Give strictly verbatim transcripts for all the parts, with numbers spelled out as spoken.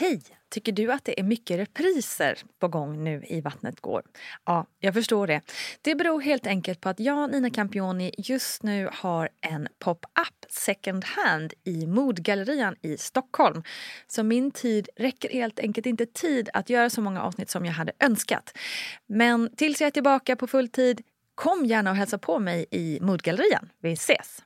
Hej! Tycker du att det är mycket repriser på gång nu i Vattnet går? Ja, jag förstår det. Det beror helt enkelt på att jag, Nina Campioni, just nu har en pop-up second hand i Modgallerian i Stockholm. Så min tid räcker helt enkelt inte tid att göra så många avsnitt som jag hade önskat. Men tills jag är tillbaka på full tid, kom gärna och hälsa på mig i Modgallerian. Vi ses!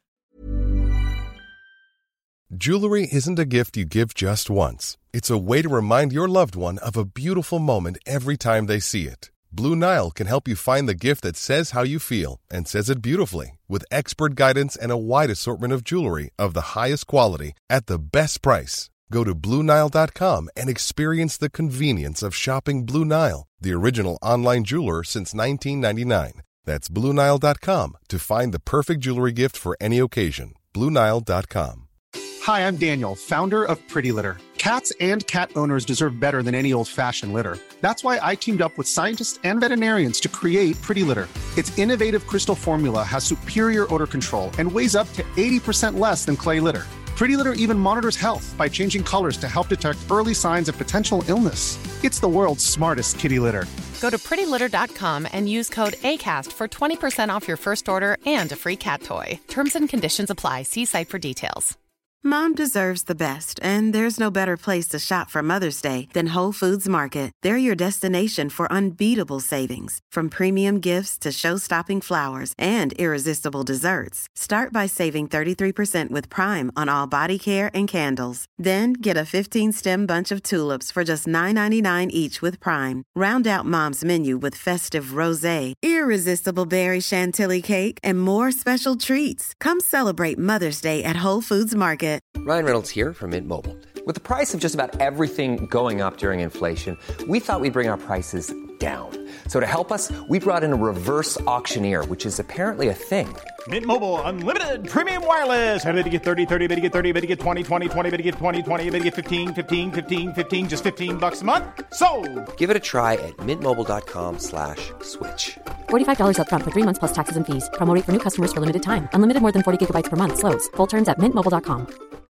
Jewelry isn't a gift you give just once. It's a way to remind your loved one of a beautiful moment every time they see it. Blue Nile can help you find the gift that says how you feel and says it beautifully, with expert guidance and a wide assortment of jewelry of the highest quality at the best price. Go to Blue Nile dot com and experience the convenience of shopping Blue Nile, the original online jeweler since nineteen ninety-nine. That's Blue Nile dot com to find the perfect jewelry gift for any occasion. Blue Nile dot com. Hi, I'm Daniel, founder of Pretty Litter. Cats and cat owners deserve better than any old-fashioned litter. That's why I teamed up with scientists and veterinarians to create Pretty Litter. Its innovative crystal formula has superior odor control and weighs up to eighty percent less than clay litter. Pretty Litter even monitors health by changing colors to help detect early signs of potential illness. It's the world's smartest kitty litter. Go to pretty litter dot com and use code ACAST for twenty percent off your first order and a free cat toy. Terms and conditions apply. See site for details. Mom deserves the best, and there's no better place to shop for Mother's Day than Whole Foods Market. They're your destination for unbeatable savings, from premium gifts to show-stopping flowers and irresistible desserts. Start by saving thirty-three percent with Prime on all body care and candles. Then get a fifteen-stem bunch of tulips for just nine ninety-nine each with Prime. Round out Mom's menu with festive rosé, irresistible berry chantilly cake, and more special treats. Come celebrate Mother's Day at Whole Foods Market. Ryan Reynolds here from Mint Mobile. With the price of just about everything going up during inflation, we thought we'd bring our prices down. So to help us, we brought in a reverse auctioneer, which is apparently a thing. Mint Mobile Unlimited Premium Wireless. How to get thirty, thirty, how to get thirty, how to get twenty, twenty, twenty, how to get twenty, twenty, how to get fifteen, fifteen, fifteen, fifteen, just fifteen bucks a month? Sold! Give it a try at mintmobile.com slash switch. forty-five dollars up front for three months plus taxes and fees. Promo rate for new customers for limited time. Unlimited more than forty gigabytes per month. Slows full terms at mint mobile dot com.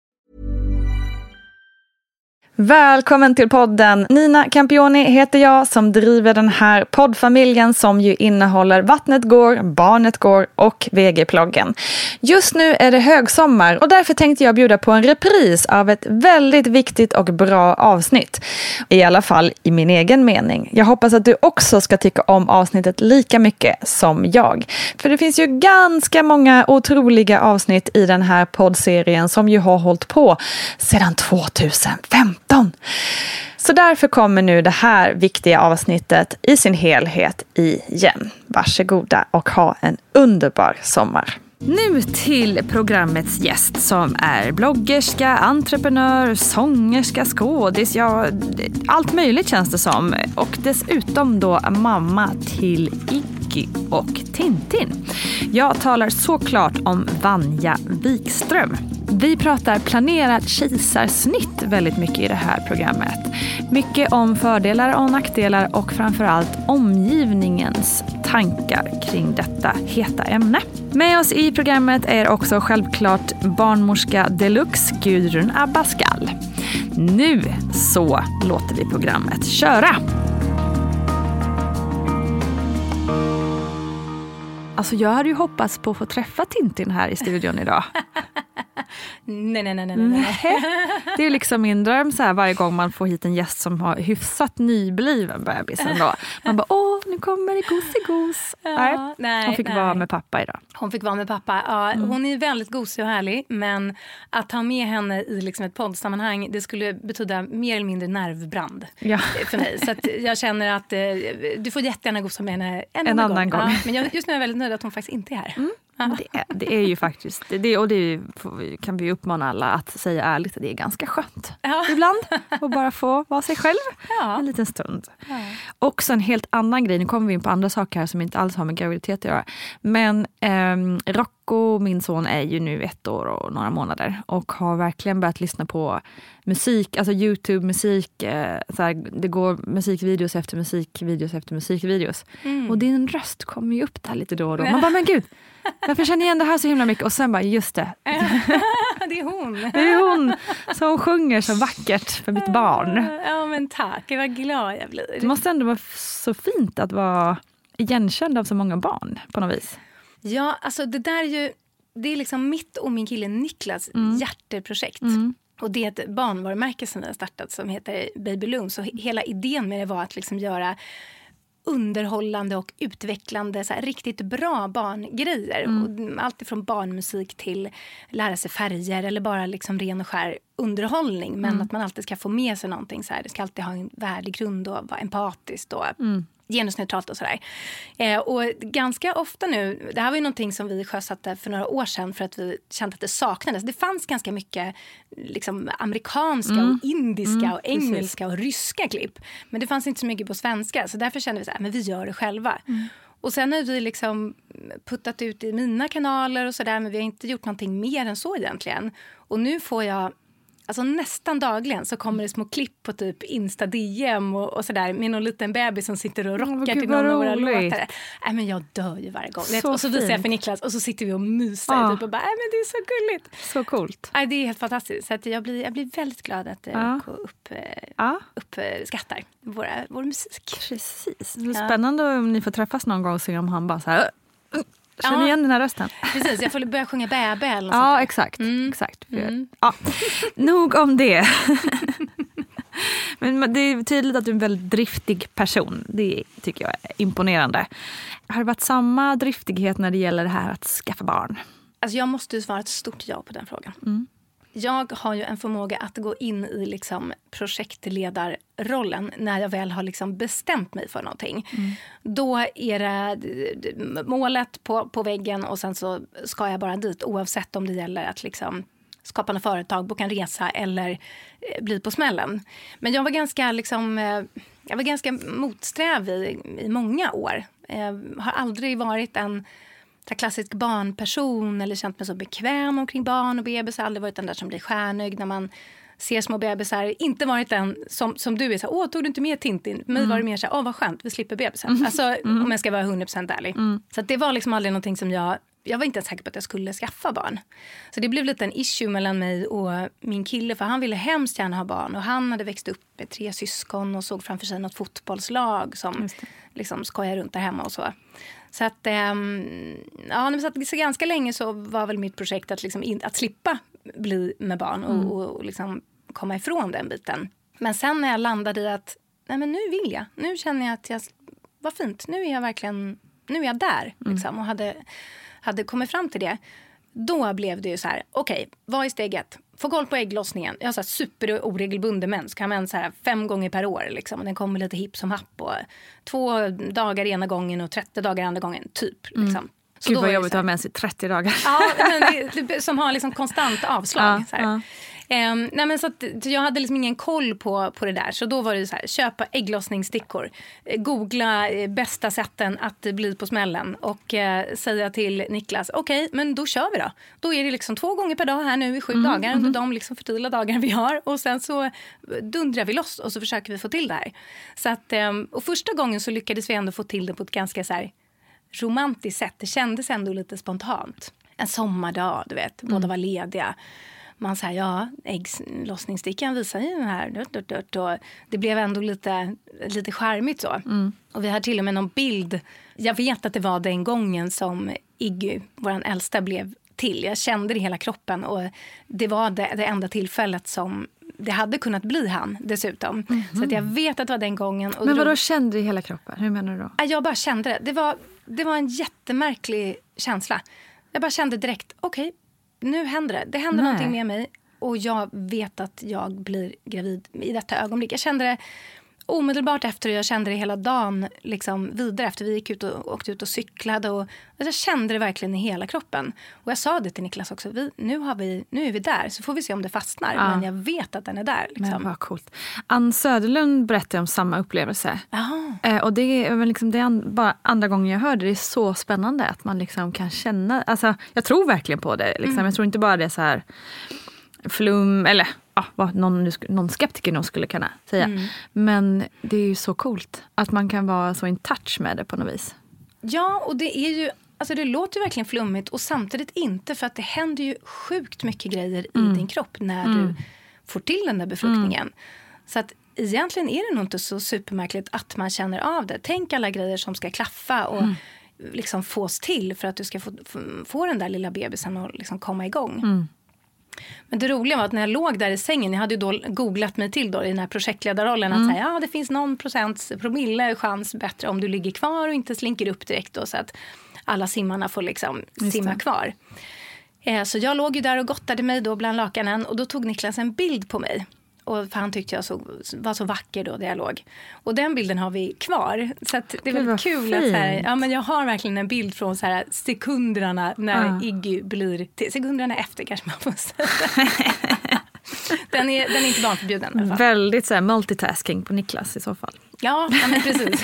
Välkommen till podden. Nina Campioni heter jag som driver den här poddfamiljen som ju innehåller Vattnet går, Barnet går och V G-ploggen. Just nu är det högsommar och därför tänkte jag bjuda på en repris av ett väldigt viktigt och bra avsnitt. I alla fall i min egen mening. Jag hoppas att du också ska tycka om avsnittet lika mycket som jag. För det finns ju ganska många otroliga avsnitt i den här poddserien som ju har hållit på sedan tjugohundrafemton. Så därför kommer nu det här viktiga avsnittet i sin helhet igen. Varsågoda och ha en underbar sommar. Nu till programmets gäst som är bloggerska, entreprenör, sångerska, skådis, ja, allt möjligt känns det som. Och dessutom då mamma till Iggy och Tintin. Jag talar såklart om Vanja Wikström. Vi pratar planerat kisarsnitt väldigt mycket i det här programmet. Mycket om fördelar och nackdelar och framförallt omgivningens tankar kring detta heta ämne. Med oss i programmet är också självklart barnmorska deluxe Gudrun Abascal. Nu så låter vi programmet köra! Alltså jag hade ju hoppats på att få träffa Tintin här i studion idag. nej, nej, nej, nej, nej. Det är liksom min dröm så här varje gång man får hit en gäst som har hyfsat nybliven bebis ändå. Man bara, åh, nu kommer det gosigos. Ja, nej, hon fick nej. vara med pappa idag. Hon fick vara med pappa. Ja, Mm. Hon är väldigt gosig och härlig, men att ta med henne i liksom ett poddsammanhang, det skulle betyda mer eller mindre nervbrand Ja. för mig. Så att jag känner att eh, du får jättegärna gosa med henne en, En annan annan gång. gång. Ja, men jag, just nu är jag väldigt nöjd att hon faktiskt inte är här. Mm. Ja. Det, är, det är ju faktiskt, det, och det kan vi uppmana alla att säga ärligt, att det är ganska skönt Ja. ibland att bara få vara sig själv Ja. en liten stund. Ja. Också en helt annan grej, nu kommer vi in på andra saker här som inte alls har med graviditet att göra, men ehm, rock Marco, min son, är ju nu ett år och några månader och har verkligen börjat lyssna på musik, alltså YouTube-musik. Så här, det går musikvideos efter musikvideos efter musikvideos. Mm. Och din röst kommer ju upp där lite då och då. Man bara, men gud, varför känner jag igen det här så himla mycket? Och sen bara, just det. Det är hon. Det är hon som sjunger så vackert för mitt barn. Ja, men tack. Vad glad jag blir. Det måste ändå vara så fint att vara igenkänd av så många barn på något vis. Ja, alltså det där är ju, det är liksom mitt och min kille Niklas mm. hjärteprojekt. Mm. Och det är ett barnvarumärke som vi har startat som heter Baby Loom. Så hela idén med det var att liksom göra underhållande och utvecklande, så här, riktigt bra barngrejer. Mm. Och allt ifrån barnmusik till lära sig färger eller bara liksom ren och skär underhållning. Men mm. att man alltid ska få med sig någonting. Så här. Det ska alltid ha en värdegrund och vara empatiskt och mm. genusneutralt och sådär. Eh, och ganska ofta nu, det här var ju någonting som vi sjösatte för några år sedan för att vi kände att det saknades. Det fanns ganska mycket liksom, amerikanska mm. och indiska mm, och engelska precis. Och ryska klipp. Men det fanns inte så mycket på svenska. Så därför kände vi så här, men vi gör det själva. Mm. Och sen har vi liksom puttat ut i mina kanaler och sådär, men vi har inte gjort någonting mer än så egentligen. Och nu får jag alltså nästan dagligen så kommer det små klipp på typ Insta-D M och, och sådär med någon liten bebis som sitter och rockar oh, till någon av våra låtar. Nej, men jag dör ju varje gång. Så och så visar jag för Niklas och så sitter vi och mysar ah. typ och bara, nej men det är så gulligt. Så coolt. Nej, det är helt fantastiskt. Så att jag, blir, jag blir väldigt glad att ah. K upp, ah. uppskattar våra, vår musik. Precis. Det är spännande om ni får träffas någon gång och se om han bara så här... Känner ja. igen den här rösten. Precis, jag får börja sjunga bäbe eller något Ja, sånt där. exakt. Mm. exakt. Mm. Ja. Nog om det. Men det är tydligt att du är en väldigt driftig person. Det tycker jag är imponerande. Har det varit samma driftighet när det gäller det här att skaffa barn? Alltså jag måste ju svara ett stort ja på den frågan. Mm. Jag har ju en förmåga att gå in i liksom projektledarrollen när jag väl har liksom bestämt mig för någonting. Mm. Då är det målet på, på väggen och sen så ska jag bara dit oavsett om det gäller att liksom skapa en företag, boka en resa eller bli på smällen. Men jag var ganska, liksom, jag var ganska motsträvig i, i många år. Jag har aldrig varit en klassisk barnperson eller känt mig så bekväm omkring barn och bebisar. Aldrig varit den där som blir stjärnögd när man ser små bebisar. Inte varit den som, som du är så här, åh, tog du inte med Tintin? Mig mm. var det mer så här, åh vad skönt, vi slipper bebisar. Mm. Alltså mm. om jag ska vara hundra procent ärlig. Mm. Så att det var liksom aldrig någonting som jag, jag var inte ens säker på att jag skulle skaffa barn. Så det blev lite en issue mellan mig och min kille, för han ville hemskt gärna ha barn. Och han hade växt upp med tre syskon och såg framför sig något fotbollslag som liksom skojar runt där hemma och så. Så att, ähm, ja, så att så ganska länge så var väl mitt projekt att, liksom in, att slippa bli med barn och, mm. och, och liksom komma ifrån den biten. Men sen när jag landade i att, nej men nu vill jag. Nu känner jag att jag, vad fint, nu är jag verkligen, nu är jag där liksom, mm. och hade, hade kommit fram till det. Då blev det ju så här, okej, okay, vad är steget? Få koll på ägglossningen. Jag har så här super oregelbunden mens. Kan man så här fem gånger per år liksom. Och den kommer lite hipp som happ. Och två dagar ena gången och trettio dagar andra gången. Typ liksom. Mm. Så Gud vad jobbigt att ha mens i trettio dagar. Ja, men det, det, som har liksom konstant avslag. Ja, så här. Ja. Um, nej men så att, så jag hade liksom ingen koll på, på det där. Så då var det så här, köpa ägglossningsstickor. Googla eh, bästa sätten att bli på smällen. Och eh, säga till Niklas, okej, okay, men då kör vi då. Då är det liksom två gånger per dag här nu i sju mm, dagar. Mm. De liksom fertila dagar vi har. Och sen så dundrar vi loss och så försöker vi få till det här. Så att, um, och första gången så lyckades vi ändå få till det på ett ganska så här romantiskt sätt. Det kändes ändå lite spontant. En sommardag, du vet. Båda mm. var lediga. Man säger, ja, ägglossningsstickan visar ju den här. Och det blev ändå lite, lite charmigt så. Mm. Och vi har till och med någon bild. Jag vet att det var den gången som Iggy, vår äldsta, blev till. Jag kände det i hela kroppen. Och det var det, det enda tillfället som det hade kunnat bli han dessutom. Mm. Så att jag vet att det var den gången. Och men vad då kände du i hela kroppen? Hur menar du då? Jag bara kände det. Det var, det var en jättemärklig känsla. Jag bara kände direkt, okej. Okay, nu händer det. Det händer Nej. någonting med mig. Och jag vet att jag blir gravid i detta ögonblick. Jag kände det omedelbart efter, jag kände det hela dagen liksom vidare efter vi gick ut och åkte ut och cyklade och, och jag kände det verkligen i hela kroppen. Och jag sa det till Niklas också, vi, nu, har vi, nu är vi där så får vi se om det fastnar. Ja. Men jag vet att den är där. Liksom. Men vad coolt. Ann Söderlund berättade om samma upplevelse. Eh, och det är liksom det är bara andra gången jag hörde det. Det är så spännande att man liksom kan känna, alltså jag tror verkligen på det. Liksom. Mm. Jag tror inte bara det är så här flum eller ja, vad någon, någon skeptiker nog skulle kunna säga. Mm. Men det är ju så coolt att man kan vara så in touch med det på något vis. Ja, och det är ju, alltså det låter ju verkligen flummigt och samtidigt inte, för att det händer ju sjukt mycket grejer mm. i din kropp när mm. du får till den där befruktningen. Mm. Så att egentligen är det nog inte så supermärkligt att man känner av det. Tänk alla grejer som ska klaffa och mm. liksom fås till för att du ska få, få den där lilla bebisen att liksom komma igång. Mm. Men det roliga var att när jag låg där i sängen, jag hade ju då googlat mig till då i den här projektledarrollen mm. att säga, ja det finns någon procents promille chans bättre om du ligger kvar och inte slinker upp direkt då, så att alla simmarna får liksom simma kvar. Eh, så jag låg ju där och gottade mig då bland lakanen och då tog Niklas en bild på mig. Och för han tyckte jag så, var så vacker då där jag låg. Och den bilden har vi kvar. Så att det är väldigt kul fint. Att så här, ja, men jag har verkligen en bild från så här sekunderna när uh. Iggy blir till, sekunderna efter kanske man får säga. den, är, den är inte barnförbjuden i alla fall. Väldigt så här multitasking på Niklas i så fall. Ja, ja men precis.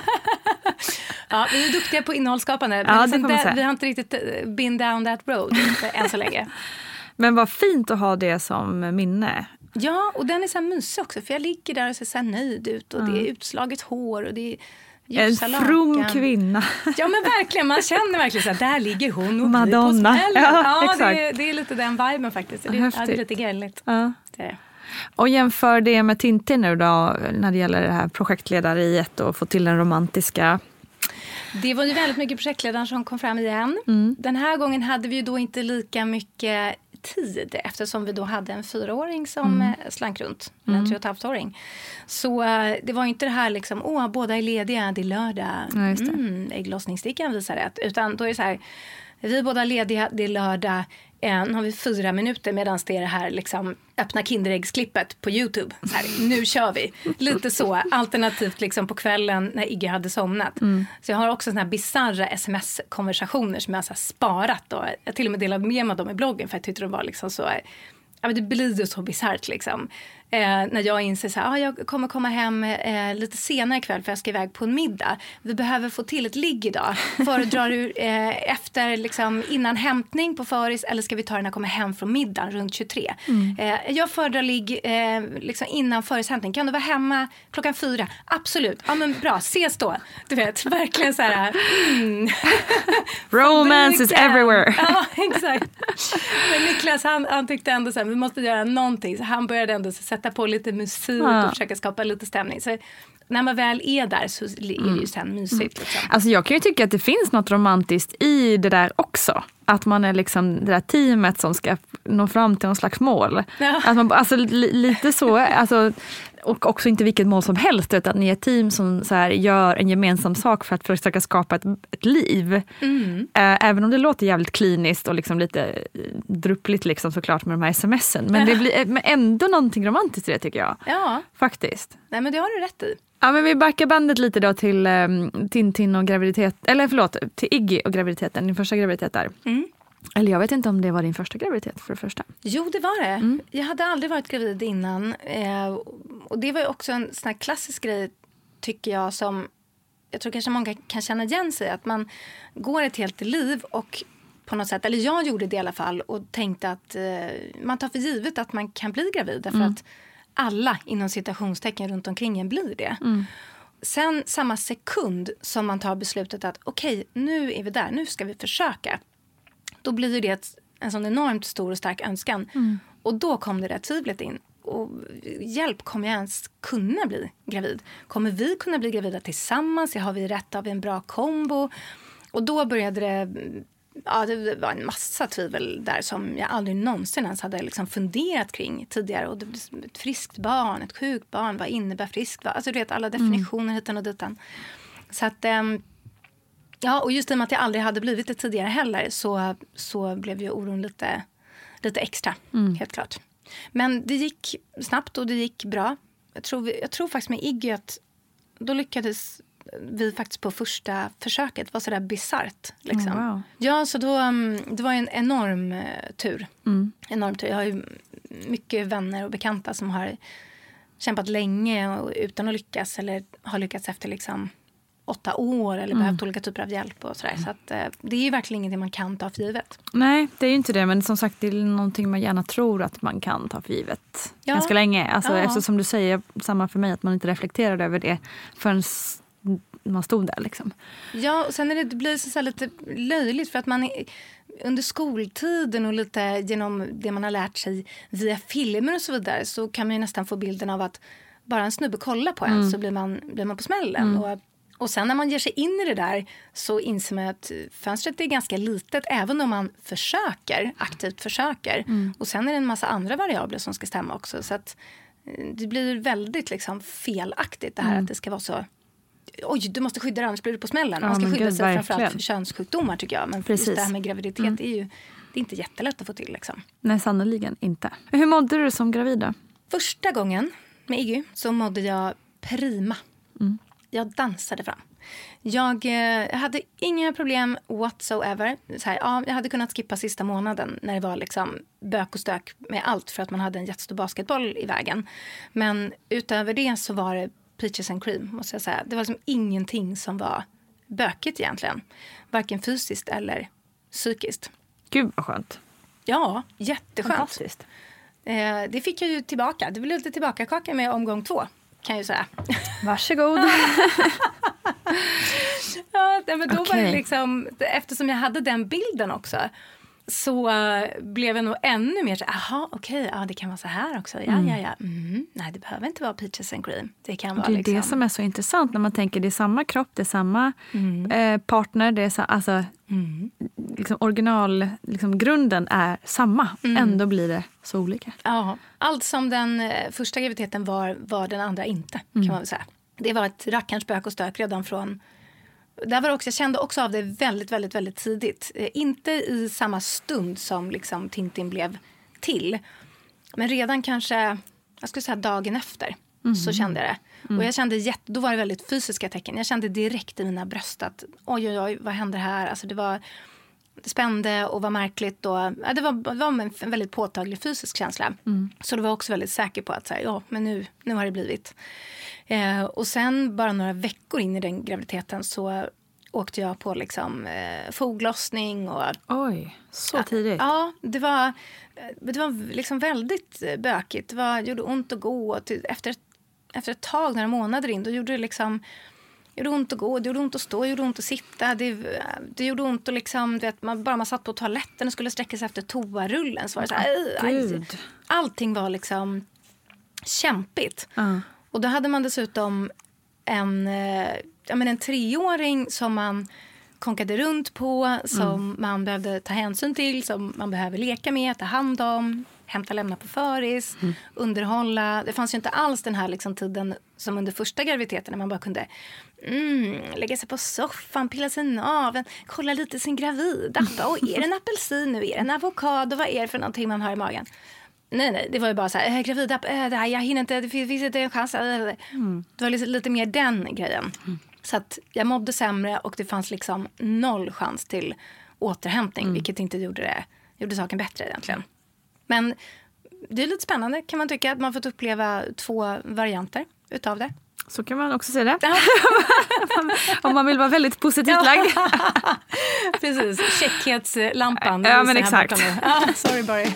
Ja, vi är duktiga på innehållsskapande. Ja, men det får man säga. Vi har inte riktigt been down that road än så länge. Men vad fint att ha det som minne. Ja, och den är så här mysig också. För jag ligger där och ser så här nöjd ut. Och mm. det är utslaget hår och det är ljusa en from lakan. Kvinna. Ja, men verkligen. Man känner verkligen så här, där ligger hon och Madonna. blir på smällen. Ja, ja exakt. det, är, det är lite den viben faktiskt. Det är, ja, det är lite gälligt. Ja. Det är det. Och jämför det med Tintin nu då, när det gäller det här projektledariet och få till den romantiska. Det var ju väldigt mycket projektledaren som kom fram igen. Mm. Den här gången hade vi ju då inte lika mycket tid eftersom vi då hade en fyraåring som mm. slank runt, en tre och ett halvt-åring. Så det var inte det här liksom, åh, båda är lediga, det är lördag. Ja, just det. Mm, ägglossningsstickan visar rätt. Utan då är det så här, vi är båda lediga, det är lördag. Nu har vi fyra minuter medan det är det här liksom, öppna kinderäggsklippet på YouTube. Så här, nu kör vi. Lite så. Alternativt liksom på kvällen när Iggy hade somnat. Mm. Så jag har också såna här bizarra sms-konversationer som jag har sparat. Och jag till och med delade med mig dem i bloggen för jag tyckte det var liksom så... Ja, men det blir ju så bizarrt liksom. Eh, när jag inser så här, ah, jag kommer komma hem eh, lite senare ikväll för jag ska iväg på en middag. Vi behöver få till ett ligg idag. Föredrar du eh, efter liksom, innan hämtning på föris eller ska vi ta den när jag kommer hem från middagen runt tjugotre? Mm. Eh, jag föredrar ligg eh, liksom innan förishämtning. Kan du vara hemma klockan fyra? Absolut. Ja men bra, ses då. Du vet, verkligen så här. Mm. Romance is everywhere. Ja, exakt. Men Niklas han, han tyckte ändå så här, vi måste göra någonting. Så han började ändå sätta på lite musik ja. och försöka skapa lite stämning. Så när man väl är där så är det ju sen mysigt. Liksom. Alltså jag kan ju tycka att det finns något romantiskt i det där också. Att man är liksom det där teamet som ska nå fram till någon slags mål. Ja. Att man, alltså li, lite så, alltså, och också inte vilket mål som helst utan ni är ett team som så här, gör en gemensam sak för att försöka skapa ett, ett liv. Mm. Även om det låter jävligt kliniskt och liksom lite druppligt liksom såklart med de här smsen. Men det blir ändå någonting romantiskt i det tycker jag. Ja. Faktiskt. Nej men det har du rätt i. Ja, men vi backar bandet lite då till um, Tintin och graviditet, eller förlåt, till Iggy och graviditeten, din första graviditet där. Mm. Eller jag vet inte om det var din första graviditet för det första. Jo, det var det. Mm. Jag hade aldrig varit gravid innan. Eh, och det var ju också en sån här klassisk grej, tycker jag, som jag tror kanske många kan känna igen sig. Att man går ett helt liv och på något sätt, eller jag gjorde det i alla fall och tänkte att eh, man tar för givet att man kan bli gravid. Därför mm. att alla inom citationstecken runt omkring en blir det. Mm. Sen samma sekund som man tar beslutet att okej, okay, nu är vi där, nu ska vi försöka. Då blir det ett, en sån enormt stor och stark önskan. Mm. Och då kom det där tvivlet in. Och hjälp, kommer jag ens kunna bli gravid? Kommer vi kunna bli gravida tillsammans? Har vi rätt av en bra kombo? Och då började det... Ja, det var en massa tvivel där som jag aldrig någonsin ens hade liksom funderat kring tidigare. Och det blev ett friskt barn, ett sjukt barn, vad innebär friskt barn? Alltså du vet, alla definitioner mm. hitan och ditan. Så att, ja, och just i och med att jag aldrig hade blivit det tidigare heller så, så blev ju oron lite, lite extra, mm. helt klart. Men det gick snabbt och det gick bra. jag tror, vi, jag tror faktiskt med Iggy att då lyckades vi faktiskt på första försöket. Det var sådär bizarrt. Liksom. Oh, wow. Ja, så då, det var en enorm uh, tur. Mm. Enorm tur. Jag har ju mycket vänner och bekanta som har kämpat länge och, utan att lyckas. Eller har lyckats efter liksom åtta år eller mm. behövt olika typer av hjälp och sådär. Så att, uh, det är ju verkligen ingenting man kan ta för givet. Nej, det är ju inte det. Men som sagt, det är någonting man gärna tror att man kan ta för givet ja. ganska länge. Alltså, ja. Eftersom du säger, samma för mig, att man inte reflekterade över det förrän man stod där liksom. Ja, och sen är det, det blir så, så lite löjligt för att man är, under skoltiden och lite genom det man har lärt sig via filmer och så vidare, så kan man ju nästan få bilden av att bara en snubbe kollar på en mm. så blir man, blir man på smällen. Mm. Och, och sen när man ger sig in i det där så inser man att fönstret är ganska litet även om man försöker, aktivt försöker. Mm. Och sen är det en massa andra variabler som ska stämma också. Så att det blir väldigt liksom felaktigt det här mm. att det ska vara så. Oj, du måste skydda dig, annars blir du på smällen. Man ska ja, skydda gud, sig verkligen. Framförallt för könssjukdomar tycker jag. Men Precis. Just det här med graviditet mm. är ju det är inte jättelätt att få till. Liksom. Nej, sannoliken inte. Hur mådde du som gravid då? Första gången med Iggy så mådde jag prima. Mm. Jag dansade fram. Jag eh, hade inga problem whatsoever. Så här, ja, jag hade kunnat skippa sista månaden när det var liksom bök och stök med allt för att man hade en jättestor basketboll i vägen. Men utöver det så var det peaches and cream, måste jag säga. Det var liksom ingenting som var bökigt egentligen. Varken fysiskt eller psykiskt. Gud vad skönt. Ja, jätteskönt. Fantastiskt. Eh, det fick jag ju tillbaka. Det blev lite tillbaka-kaka med omgång två, kan jag ju säga. Varsågod. Ja, men då okay. var det liksom, eftersom jag hade den bilden också, så uh, blev jag nog ännu mer så, aha, okej, okay, ja, det kan vara så här också. Ja, mm. ja, ja. Mm. Nej, det behöver inte vara peaches and cream. Det kan vara det är liksom... det som är så intressant när man tänker det är samma kropp, det är samma mm. eh, partner, det är så, alltså mm. liksom original, liksom grunden är samma. Mm. Ändå blir det så olika. Ja, allt som den eh, första graviditeten var, var den andra inte, mm. kan man väl säga. Det var ett rackarns spök och stök redan från... Där var det också, jag kände också av det väldigt, väldigt, väldigt tidigt. Eh, inte i samma stund som liksom Tintin blev till. Men redan kanske, jag skulle säga dagen efter, mm. så kände jag det. Mm. Och jag kände, jätte, då var det väldigt fysiska tecken. Jag kände direkt i mina bröst att oj, oj, oj, vad händer här? Alltså det var, det spände och var märkligt. Och, ja, det, var, det var en väldigt påtaglig fysisk känsla. Mm. Så det var också väldigt säker på att så här, ja, men nu, nu har det blivit. Eh, och sen bara några veckor in i den graviditeten så åkte jag på liksom eh, foglossning och... Oj, så tidigt. Ja, det var, det var liksom väldigt bökigt. Det var, gjorde ont att gå. Och till, efter, efter ett tag, några månader in, då gjorde det liksom... gjorde ont att gå, det gjorde ont att stå, det gjorde ont att sitta. Det, det gjorde ont att liksom... Vet, man, bara man satt på toaletten och skulle sträcka sig efter toarullen så var det så här... Oh, aj, allting var liksom kämpigt. Uh. Och då hade man dessutom en... Ja, men en treåring som man konkade runt på, som mm. man behövde ta hänsyn till, som man behöver leka med, ta hand om, hämta, lämna på föris, mm. underhålla. Det fanns ju inte alls den här liksom tiden som under första graviditeten när man bara kunde mm, lägga sig på soffan, pilla sig naveln, kolla lite sin gravida. Och är det en apelsin nu? Är det en avokado? Vad är det för någonting man har i magen? Nej, nej, det var ju bara så här, äh, gravida, äh, det här, jag hinner inte, det finns, finns inte en chans. Äh, mm. Det var lite, lite mer den grejen. Mm. Så att jag mådde sämre och det fanns liksom noll chans till återhämtning. Mm. Vilket inte gjorde, det, gjorde saken bättre egentligen. Men det är lite spännande kan man tycka att man fått uppleva två varianter utav det. Så kan man också se det. Ja. Om man vill vara väldigt positivt lagd. Precis, checkhetslampan. Ja, men exakt. Ah, sorry, Barry.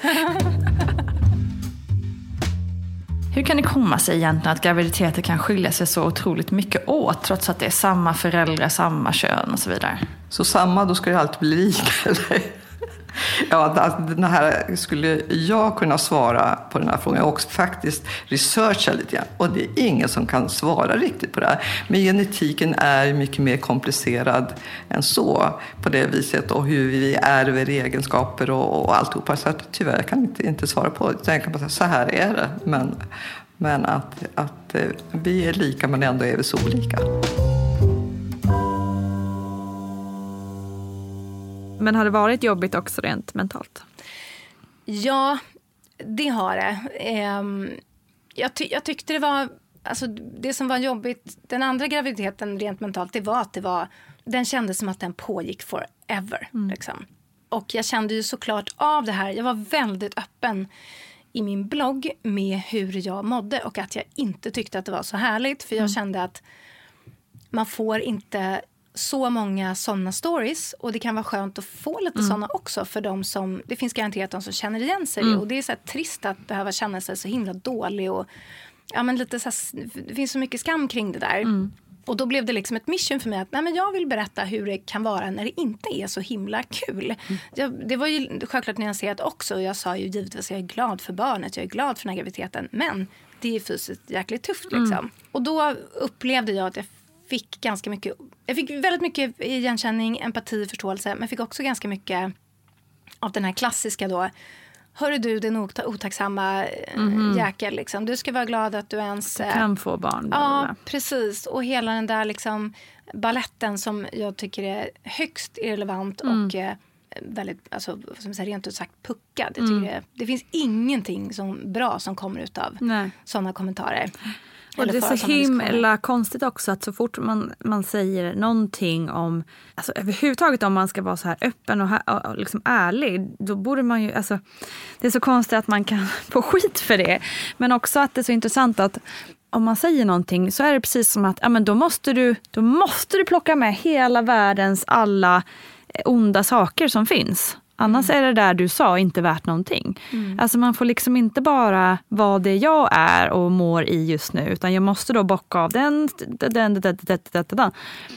Hur kan det komma sig egentligen att graviditeter kan skilja sig så otroligt mycket åt trots att det är samma föräldrar, samma kön och så vidare? Så samma, då ska det alltid bli lika, eller? Ja, den här skulle jag kunna svara på den här frågan. Jag har också faktiskt researchat lite grann. Och det är ingen som kan svara riktigt på det här. Men genetiken är mycket mer komplicerad än så. På det viset och hur vi ärver egenskaper och, och alltihopa. Så att, tyvärr kan jag inte, inte svara på det. Jag kan bara säga, så här är det. Men, men att, att vi är lika men ändå är vi så olika. Men har det varit jobbigt också rent mentalt? Ja, det har det. Jag, ty- jag tyckte det var alltså det som var jobbigt, den andra graviditeten rent mentalt, det var att det var, den kändes som att den pågick forever. Mm. Liksom. Och jag kände ju såklart av det här, jag var väldigt öppen i min blogg med hur jag mådde och att jag inte tyckte att det var så härligt. För jag mm. kände att man får inte så många sådana stories, och det kan vara skönt att få lite mm. sådana också för de som, det finns garanterat de som känner igen sig mm. och det är så här trist att behöva känna sig så himla dålig och ja, men lite så här, det finns så mycket skam kring det där. Mm. Och då blev det liksom ett mission för mig att nej, men jag vill berätta hur det kan vara när det inte är så himla kul. Mm. Jag, det var ju självklart nyanserat också. Jag sa ju givetvis att jag är glad för barnet, jag är glad för den här graviditeten, men det är fysiskt jäkligt tufft liksom. Mm. Och då upplevde jag att jag fick ganska mycket, jag fick väldigt mycket igenkänning, empati, förståelse, men fick också ganska mycket av den här klassiska då, hörru du, den otacksamma mm. jäkel liksom. Du ska vara glad att du ens du kan få barn. Ja, eller? Precis. Och hela den där liksom balletten som jag tycker är högst irrelevant mm. och eh, väldigt, alltså som säger rent ut sagt puckad. Jag tycker mm. det, det finns ingenting som bra som kommer ut av sådana kommentarer. Och det är så himla konstigt också att så fort man, man säger någonting om, alltså överhuvudtaget om man ska vara så här öppen och, här, och liksom ärlig, då borde man ju, alltså det är så konstigt att man kan få skit för det. Men också att det är så intressant att om man säger någonting så är det precis som att ja, men då måste du, då måste du plocka med hela världens alla onda saker som finns. Annars mm. är det där du sa inte värt någonting. Mm. Alltså man får liksom inte bara vara det jag är och mår i just nu. Utan jag måste då bocka av den, den, den, den, den, den, den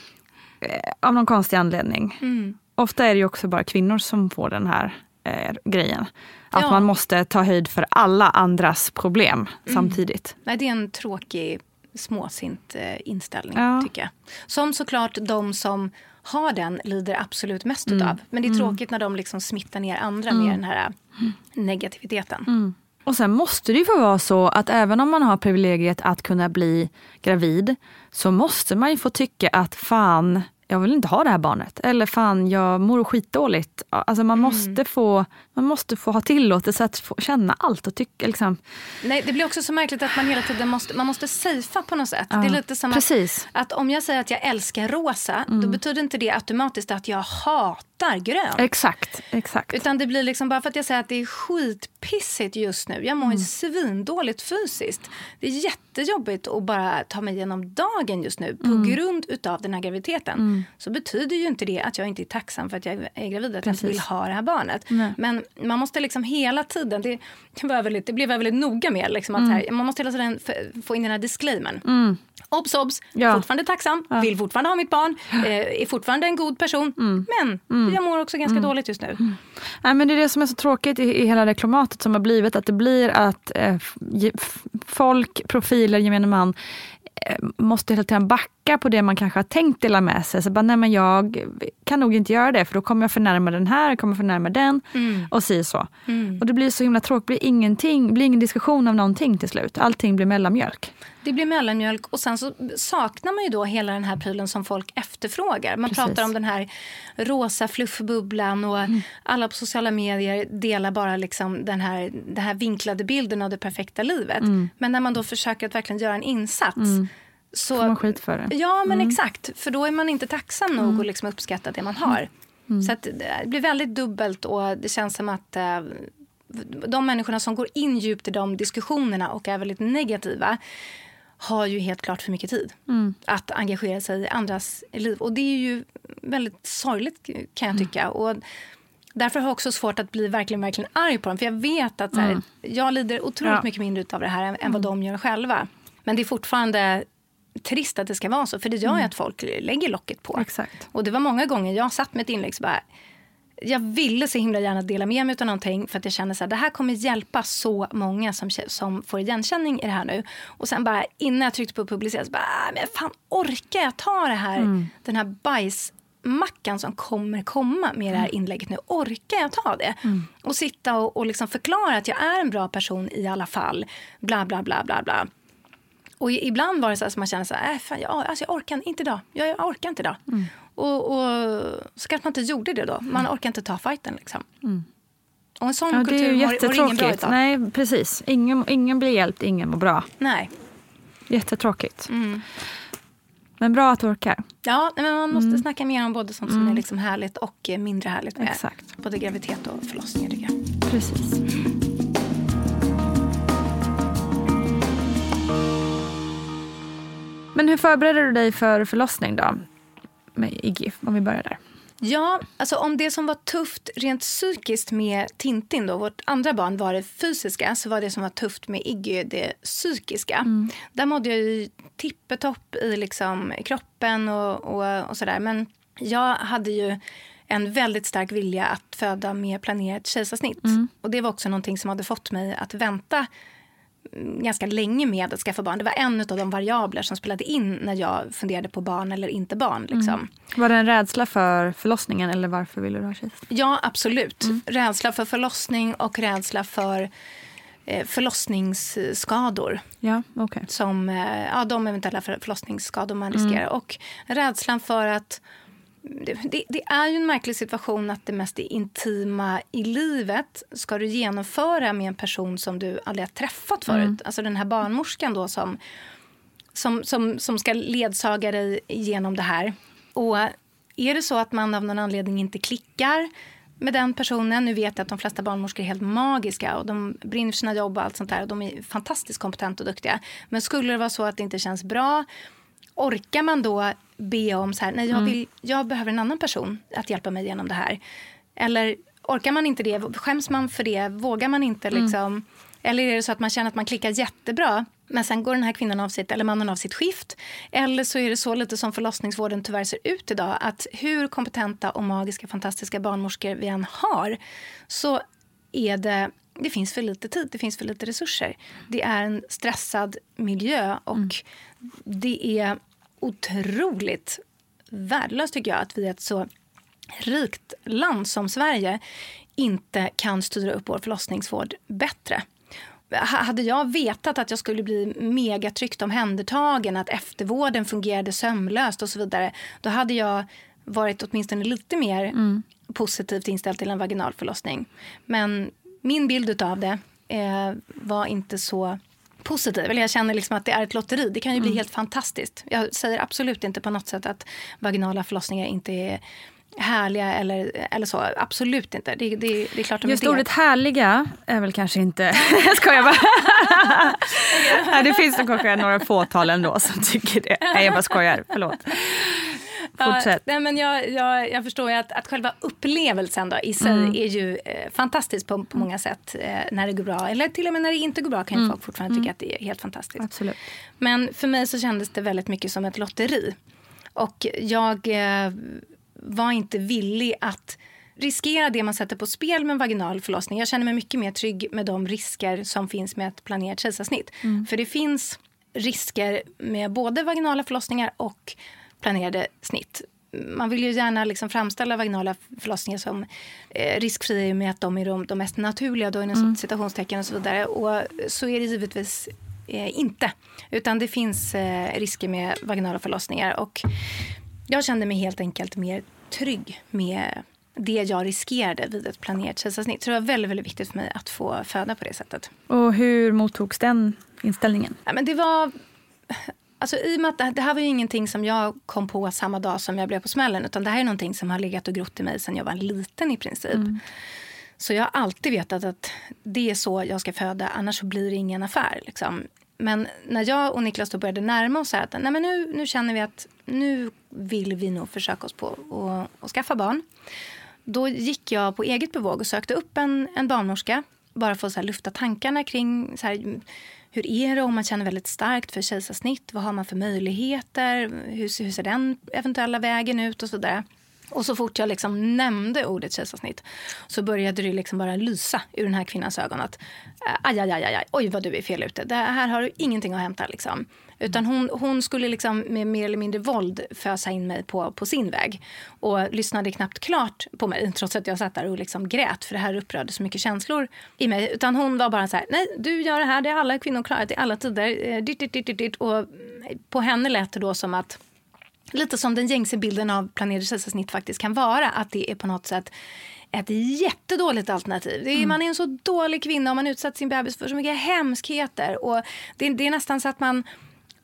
av någon konstig anledning. Mm. Ofta är det ju också bara kvinnor som får den här eh, grejen. Att ja. man måste ta höjd för alla andras problem mm. samtidigt. Nej, det är en tråkig, småsint eh, inställning ja. tycker jag. Som såklart de som har den lider absolut mest mm. utav. Men det är tråkigt mm. när de liksom smittar ner andra mm. med den här negativiteten. Mm. Och sen måste det ju få vara så att även om man har privilegiet att kunna bli gravid så måste man ju få tycka att fan, jag vill inte ha det här barnet. Eller fan, jag mår skitdåligt. Alltså man, mm. måste få, man måste få ha tillåtelse att få känna allt och tycka liksom. Nej, det blir också så märkligt att man hela tiden måste, man måste safea på något sätt. Ja, det är lite som att, att om jag säger att jag älskar rosa, mm. då betyder inte det automatiskt att jag hatar grönt. Exakt, exakt. Utan det blir liksom bara för att jag säger att det är skitpissigt just nu. Jag mår mm. svindåligt fysiskt. Det är jättejobbigt att bara ta mig igenom dagen just nu på mm. grund utav den här graviditeten. Mm. Så betyder ju inte det att jag inte är tacksam för att jag är gravid, att Precis. jag inte vill ha det här barnet. Nej. Men man måste liksom hela tiden, det, det, var väldigt, det blev väldigt noga med liksom att mm. här, man måste hela tiden få in den här disclaimern. Mm. Obs, obs, ja. fortfarande tacksam, ja. vill fortfarande ha mitt barn, eh, är fortfarande en god person, mm. men mm. jag mår också ganska mm. dåligt just nu. Mm. Nej, men det är det som är så tråkigt i, i hela det klimatet som har blivit, att det blir att eh, f- folk, profiler, gemene man eh, måste hela tiden backa på det man kanske har tänkt dela med sig. Så bara, nej men jag kan nog inte göra det, för då kommer jag förnärma den här, kommer jag förnärma den mm. och si så. Mm. Och det blir så himla tråkigt, det blir ingenting, blir ingen diskussion av någonting till slut. Allting blir mellanmjölk. Det blir mellanmjölk och sen så saknar man ju då hela den här prylen som folk efterfrågar. Man Precis. pratar om den här rosa fluffbubblan och mm. alla på sociala medier delar bara liksom den här, den här vinklade bilden av det perfekta livet. Mm. Men när man då försöker att verkligen göra en insats mm. så får man skit för det. Ja, men mm. exakt. För då är man inte tacksam nog mm. att liksom uppskatta det man har. Mm. Så att det blir väldigt dubbelt och det känns som att äh, de människorna som går in djupt i de diskussionerna och är väldigt negativa har ju helt klart för mycket tid mm. att engagera sig i andras liv. Och det är ju väldigt sorgligt kan jag tycka. Mm. Och därför har jag också svårt att bli verkligen, verkligen arg på dem. För jag vet att så här, mm. jag lider otroligt ja. mycket mindre av det här än, mm. än vad de gör själva. Men det är fortfarande trist att det ska vara så. För det gör ju mm. att folk lägger locket på. Exakt. Och det var många gånger jag satt med ett inlägg så bara... Jag ville så himla gärna dela med mig av någonting för att jag kände så här, det här kommer hjälpa så många som, som får igenkänning i det här nu. Och sen bara innan jag tryckte på publicera så bara, men fan orkar jag ta det här, mm. den här bajsmackan som kommer komma med det här inlägget nu. Orkar jag ta det? Mm. Och sitta och, och liksom förklara att jag är en bra person i alla fall. Bla bla bla bla bla. Och ibland var det så här som man känner så här, äh, fan, jag, alltså jag orkar inte idag. Jag, jag orkar inte idag. Mm. Och, och så kanske man inte gjorde det då. Man orkar inte ta fighten liksom. Mm. Och en sån ja, kultur det är ju jättetråkigt. Nej, precis. Ingen, ingen blir hjälpt, ingen mår bra. Nej. Jättetråkigt. Mm. Men bra att du orkar. Ja, men man måste Mm. snacka mer om både sånt som Mm. är liksom härligt och mindre härligt med Exakt. både graviditet och förlossningar, tycker jag. Precis. Men hur förbereder du dig för förlossning då? Med Iggy, om vi börjar där. Ja, alltså om det som var tufft rent psykiskt med Tintin då, vårt andra barn, var det fysiska, så var det som var tufft med Iggy det psykiska. Mm. Där mådde jag ju tippetopp i liksom kroppen och, och, och sådär. Men jag hade ju en väldigt stark vilja att föda med planerat kejsarsnitt. Mm. Och det var också någonting som hade fått mig att vänta ganska länge med att skaffa barn. Det var en av de variabler som spelade in när jag funderade på barn eller inte barn. Liksom. Mm. Var det en rädsla för förlossningen eller varför ville du ha kejsarsnitt? Ja, absolut. Mm. Rädsla för förlossning och rädsla för eh, förlossningsskador. Ja, okay. Som eh, ja, de eventuella förlossningsskador man riskerar. Mm. Och rädslan för att Det, det är ju en märklig situation att det mest intima i livet ska du genomföra med en person som du aldrig har träffat förut. Mm. Alltså den här barnmorskan då som, som, som, som ska ledsaga dig genom det här. Och är det så att man av någon anledning inte klickar med den personen, nu vet jag att de flesta barnmorskor är helt magiska och de brinner för sina jobb och allt sånt där och de är fantastiskt kompetenta och duktiga. Men skulle det vara så att det inte känns bra, orkar man då be om så här, nej jag, vill, jag behöver en annan person att hjälpa mig genom det här. Eller orkar man inte det, skäms man för det, vågar man inte liksom. Mm. Eller är det så att man känner att man klickar jättebra, men sen går den här kvinnan av sitt, eller mannen av sitt skift. Eller så är det så lite som förlossningsvården tyvärr ser ut idag, att hur kompetenta och magiska, fantastiska barnmorskor vi än har, så är det, det finns för lite tid, det finns för lite resurser. Det är en stressad miljö och mm. det är otroligt värdelöst tycker jag att vi är ett så rikt land som Sverige inte kan styra upp vår förlossningsvård bättre. Hade jag vetat att jag skulle bli megatryckt omhändertagen, att eftervården fungerade sömlöst och så vidare, då hade jag varit åtminstone lite mer mm. positivt inställd till en vaginal förlossning. Men min bild av det eh, var inte så positiv. Eller jag känner liksom att det är ett lotteri. Det kan ju bli mm. helt fantastiskt. Jag säger absolut inte på något sätt att vaginala förlossningar inte är härliga eller, eller så. Absolut inte. Det, det, det är klart att just det. Ordet härliga är väl kanske inte... jag skojar bara. Nej, det finns nog kanske några fåtal ändå som tycker det. Nej, jag bara skojar. Förlåt. Fortsätt. Ja, nej, men jag, jag, jag förstår ju att, att själva upplevelsen då, i sig mm. är ju eh, fantastisk på, på många sätt eh, när det går bra. Eller till och med när det inte går bra kan ju mm. folk fortfarande mm. tycka att det är helt fantastiskt. Absolut. Men för mig så kändes det väldigt mycket som ett lotteri. Och jag eh, var inte villig att riskera det man sätter på spel med en vaginal förlossning. Jag känner mig mycket mer trygg med de risker som finns med ett planerat kejsarsnitt. Mm. För det finns risker med både vaginala förlossningar och planerade snitt. Man vill ju gärna liksom framställa vaginala förlossningar som eh, riskfria med att de är de, de mest naturliga då, inom mm. citationstecken och så vidare. Och så är det givetvis eh, inte. Utan det finns eh, risker med vaginala förlossningar. Och jag kände mig helt enkelt mer trygg med det jag riskerade vid ett planerat kejsarsnitt. Så det var väldigt, väldigt viktigt för mig att få föda på det sättet. Och hur mottogs den inställningen? Ja, men det var... Alltså, i och med att det här var ju ingenting som jag kom på samma dag som jag blev på smällen, utan det här är någonting som har legat och grott i mig sedan jag var liten i princip. Mm. Så jag har alltid vetat att det är så jag ska föda, annars så blir det ingen affär. Liksom. Men när jag och Niklas då började närma oss här, att nej, men nu, nu känner vi att nu vill vi nog försöka oss på att, att skaffa barn. Då gick jag på eget bevåg och sökte upp en, en barnmorska, bara för att så här, lufta tankarna kring så här, hur är det om man känner väldigt starkt för kejsarsnitt? Vad har man för möjligheter? Hur, hur ser den eventuella vägen ut och så där? Och så fort jag liksom nämnde ordet kejsarsnitt så började det liksom bara lysa ur den här kvinnans ögon att aj, aj, aj, aj, oj vad du är fel ute. Det här har du ingenting att hämta liksom. Utan hon, hon skulle liksom med mer eller mindre våld fösa in mig på, på sin väg. Och lyssnade knappt klart på mig trots att jag satt där och liksom grät. För det här upprörde så mycket känslor i mig. Utan hon var bara så här, nej du gör det här, det är alla kvinnor klarat i alla tider. Ditt, ditt, ditt, ditt. Och på henne lät det då som att lite som den gängse bilden av planerade kejsarsnitt faktiskt kan vara. Att det är på något sätt ett jättedåligt alternativ. Det är, mm. Man är en så dålig kvinna och man utsatt sin bebis för så mycket hemskheter. Och det, det är nästan så att man,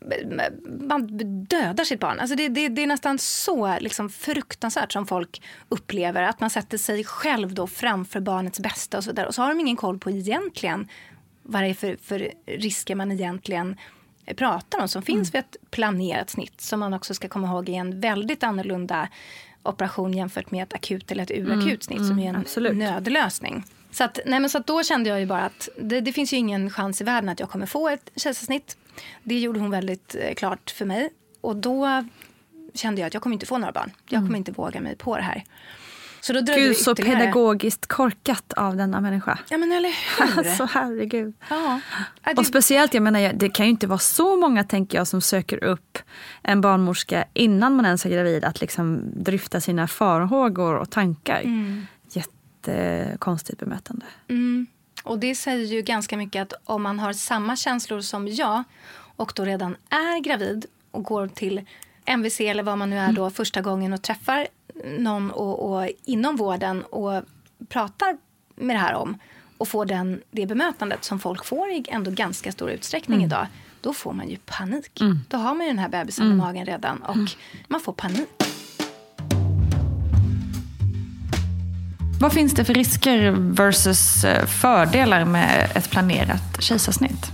man dödar sitt barn. Alltså det, det, det är nästan så liksom fruktansvärt som folk upplever. Att man sätter sig själv då framför barnets bästa och så där. Och så har de ingen koll på egentligen vad det är för, för risker man egentligen pratar om. Som finns vid ett planerat snitt. Som man också ska komma ihåg är en väldigt annorlunda operation jämfört med ett akut eller ett urakut snitt. Mm, som är en absolut. nödlösning. Så, att, nej men så att då kände jag ju bara att det, det finns ju ingen chans i världen att jag kommer få ett kejsarsnitt. Det gjorde hon väldigt eh, klart för mig. Och då kände jag att jag kommer inte få några barn. Jag kommer mm. inte våga mig på det här. Så då Gud, så pedagogiskt korkat av denna människa. Ja, men eller hur? Alltså, herregud. Ja. Det... Och speciellt, jag menar, det kan ju inte vara så många, tänker jag, som söker upp en barnmorska innan man ens är gravid. Att liksom dryfta sina farhågor och tankar. Mm. Jättekonstigt bemötande. Mm. Och det säger ju ganska mycket att om man har samma känslor som jag och då redan är gravid och går till M V C eller vad man nu är då mm. första gången och träffar någon och, och inom vården och pratar med det här om och får den, det bemötandet som folk får i ändå ganska stor utsträckning mm. idag, då får man ju panik. Mm. Då har man ju den här bebisen mm. i magen redan och mm. man får panik. Vad finns det för risker versus fördelar med ett planerat kejsarsnitt?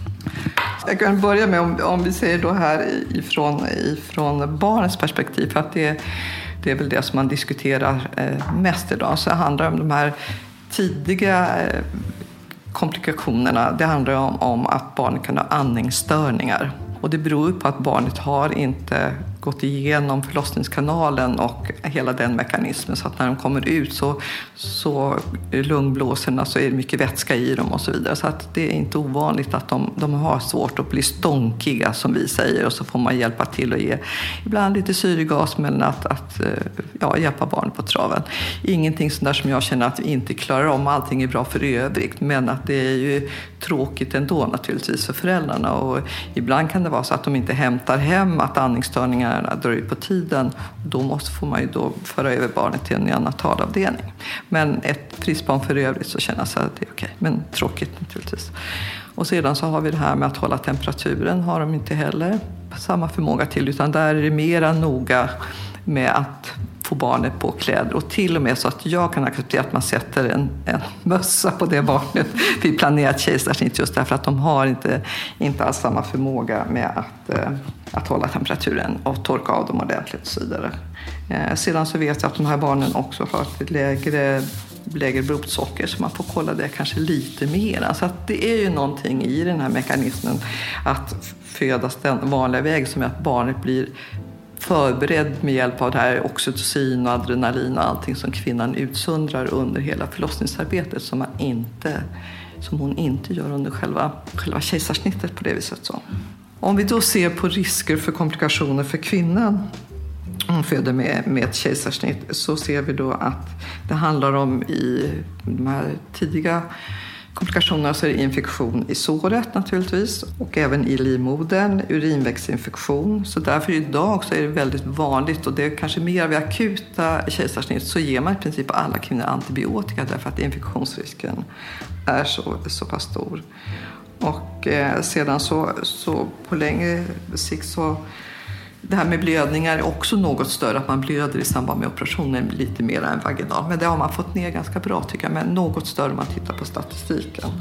Jag kan börja med om, om vi säger då här ifrån, ifrån barnets perspektiv, för att det, det är väl det som man diskuterar eh, mest idag. Så det handlar om de här tidiga eh, komplikationerna. Det handlar om, om att barnet kan ha andningsstörningar. Och det beror på att barnet har inte gått igenom förlossningskanalen och hela den mekanismen, så att när de kommer ut så, så lungblåsorna så är det mycket vätska i dem och så vidare. Så att det är inte ovanligt att de, de har svårt att bli stånkiga, som vi säger, och så får man hjälpa till och ge ibland lite syrgas, men att, att ja, hjälpa barn på traven. Ingenting sånt där som jag känner att vi inte klarar om, allting är bra för övrigt, men att det är ju tråkigt ändå naturligtvis för föräldrarna, och ibland kan det vara så att de inte hämtar hem, att andningsstörningar drar ut på tiden. Då måste får man ju då föra över barnet till en neonatalavdelning. Men ett friskt barn för övrigt så känns det att det är okej. Men tråkigt naturligtvis. Och sedan så har vi det här med att hålla temperaturen. Har de inte heller samma förmåga till. Utan där är det mera noga med att få barnet på kläder. Och till och med så att jag kan acceptera att man sätter en, en mössa på det barnet vid planerat kejsarsnitt, just därför att de har inte, inte alls samma förmåga med att, eh, att hålla temperaturen och torka av dem ordentligt och så vidare. Eh, sedan så vet jag att de här barnen också har ett lägre, lägre blodsocker, så man får kolla det kanske lite mer. Så att det är ju någonting i den här mekanismen att födas den vanliga vägen, som är att barnet blir förberedd med hjälp av det här oxytocin och adrenalin och allting som kvinnan utsöndrar under hela förlossningsarbetet, som, man inte, som hon inte gör under själva, själva kejsarsnittet på det viset. Så. Om vi då ser på risker för komplikationer för kvinnan hon föder med, med ett kejsarsnitt, så ser vi då att det handlar om i de här tidiga komplikationerna så är det infektion i såret naturligtvis, och även i livmodern, urinvägsinfektion. Så därför idag så är det väldigt vanligt, och det är kanske mer vid akuta kejsarsnitt, så ger man i princip alla kvinnor antibiotika därför att infektionsrisken är så, så pass stor. Och eh, sedan så, så på längre sikt så det här med blödningar är också något större, att man blöder i samband med operationen lite mer än vaginal. Men det har man fått ner ganska bra tycker jag, men något större om man tittar på statistiken.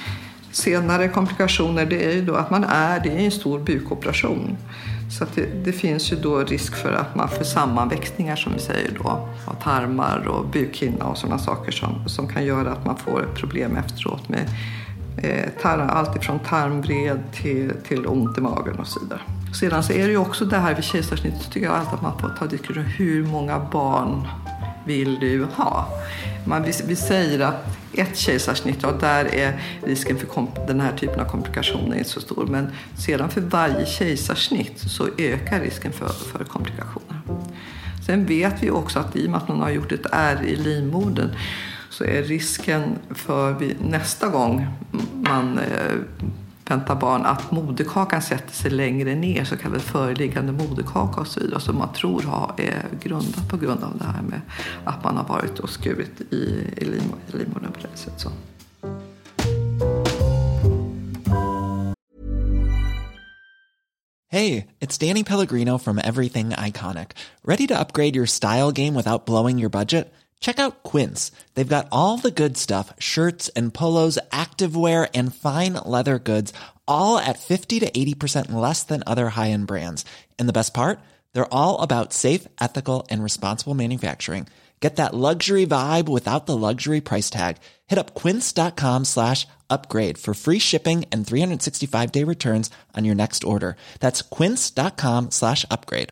Senare komplikationer, det är ju då att man är, det är en stor bukoperation. Så att det, det finns ju då risk för att man får sammanväxningar som vi säger då, av tarmar och bukhinna och sådana saker som, som kan göra att man får problem efteråt med eh, tarm, allt ifrån tarmvred till, till ont i magen och så vidare. Sedan så är det ju också det här vid kejsarsnitt, tycker jag alltid att man får ta diskussion hur många barn vill du ha. Man, vi, vi säger att ett kejsarsnitt, ja, där är risken för komp- den här typen av komplikationer inte så stor. Men sedan för varje kejsarsnitt så ökar risken för, för komplikationer. Sen vet vi också att i och med att man har gjort ett ärr i livmodern så är risken för vid nästa gång man eh, väntar barn att moderkakan sätter sig längre ner, så kan väl föreliggande moderkaka och så vidare som man tror har, är grundat på grund av det här med att man har varit och skurit i, i livmodern på det sättet. Så. Hey, it's Danny Pellegrino from Everything Iconic. Ready to upgrade your style game without blowing your budget? Check out Quince. They've got all the good stuff, shirts and polos, activewear, and fine leather goods, all at fifty to eighty percent less than other high-end brands. And the best part? They're all about safe, ethical, and responsible manufacturing. Get that luxury vibe without the luxury price tag. Hit up quince.com slash upgrade for free shipping and three sixty-five day returns on your next order. That's quince.com slash upgrade.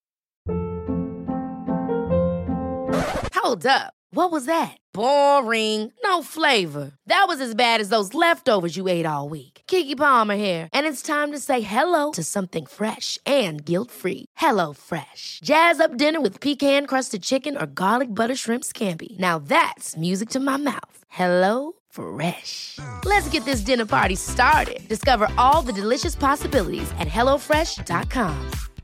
Hold up. What was that? Boring. No flavor. That was as bad as those leftovers you ate all week. Keke Palmer here, and it's time to say hello to something fresh and guilt-free. Hello Fresh. Jazz up dinner with pecan-crusted chicken or garlic butter shrimp scampi. Now that's music to my mouth. Hello Fresh. Let's get this dinner party started. Discover all the delicious possibilities at hello fresh dot com.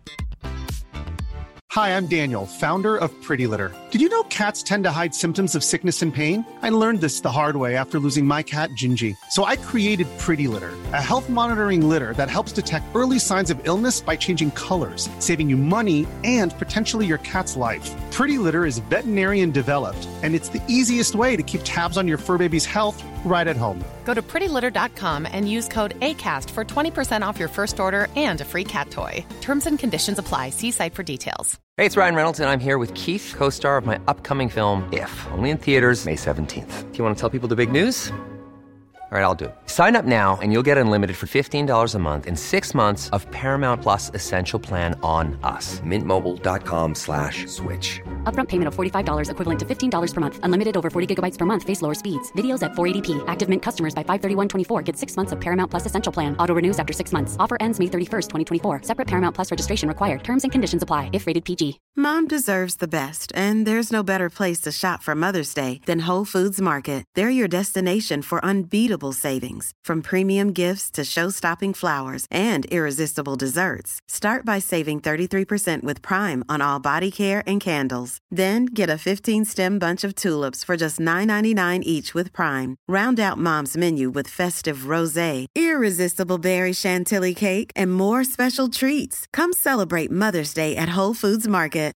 Hi, I'm Daniel, founder of Pretty Litter. Did you know cats tend to hide symptoms of sickness and pain? I learned this the hard way after losing my cat, Gingy. So I created Pretty Litter, a health monitoring litter that helps detect early signs of illness by changing colors, saving you money and potentially your cat's life. Pretty Litter is veterinarian developed, and it's the easiest way to keep tabs on your fur baby's health right at home. Go to pretty litter dot com and use code ACAST for twenty percent off your first order and a free cat toy. Terms and conditions apply. See site for details. Hey, it's Ryan Reynolds, and I'm here with Keith, co-star of my upcoming film, If, only in theaters May seventeenth. Do you want to tell people the big news? All right, I'll do it. Sign up now and you'll get unlimited for fifteen dollars a month and six months of Paramount Plus Essential Plan on us. Mint Mobile dot com slash switch. Upfront payment of forty-five dollars equivalent to fifteen dollars per month. Unlimited over forty gigabytes per month. Face lower speeds. Videos at four eighty p. Active Mint customers by five thirty-one twenty-four get six months of Paramount Plus Essential Plan. Auto renews after six months. Offer ends May thirty-first, twenty twenty-four. Separate Paramount Plus registration required. Terms and conditions apply if rated P G. Mom deserves the best, and there's no better place to shop for Mother's Day than Whole Foods Market. They're your destination for unbeatable savings. From premium gifts to show-stopping flowers and irresistible desserts. Start by saving thirty-three percent with Prime on all body care and candles. Then get a fifteen-stem bunch of tulips for just nine ninety-nine each with Prime. Round out Mom's menu with festive rosé, irresistible berry chantilly cake, and more special treats. Come celebrate Mother's Day at Whole Foods Market.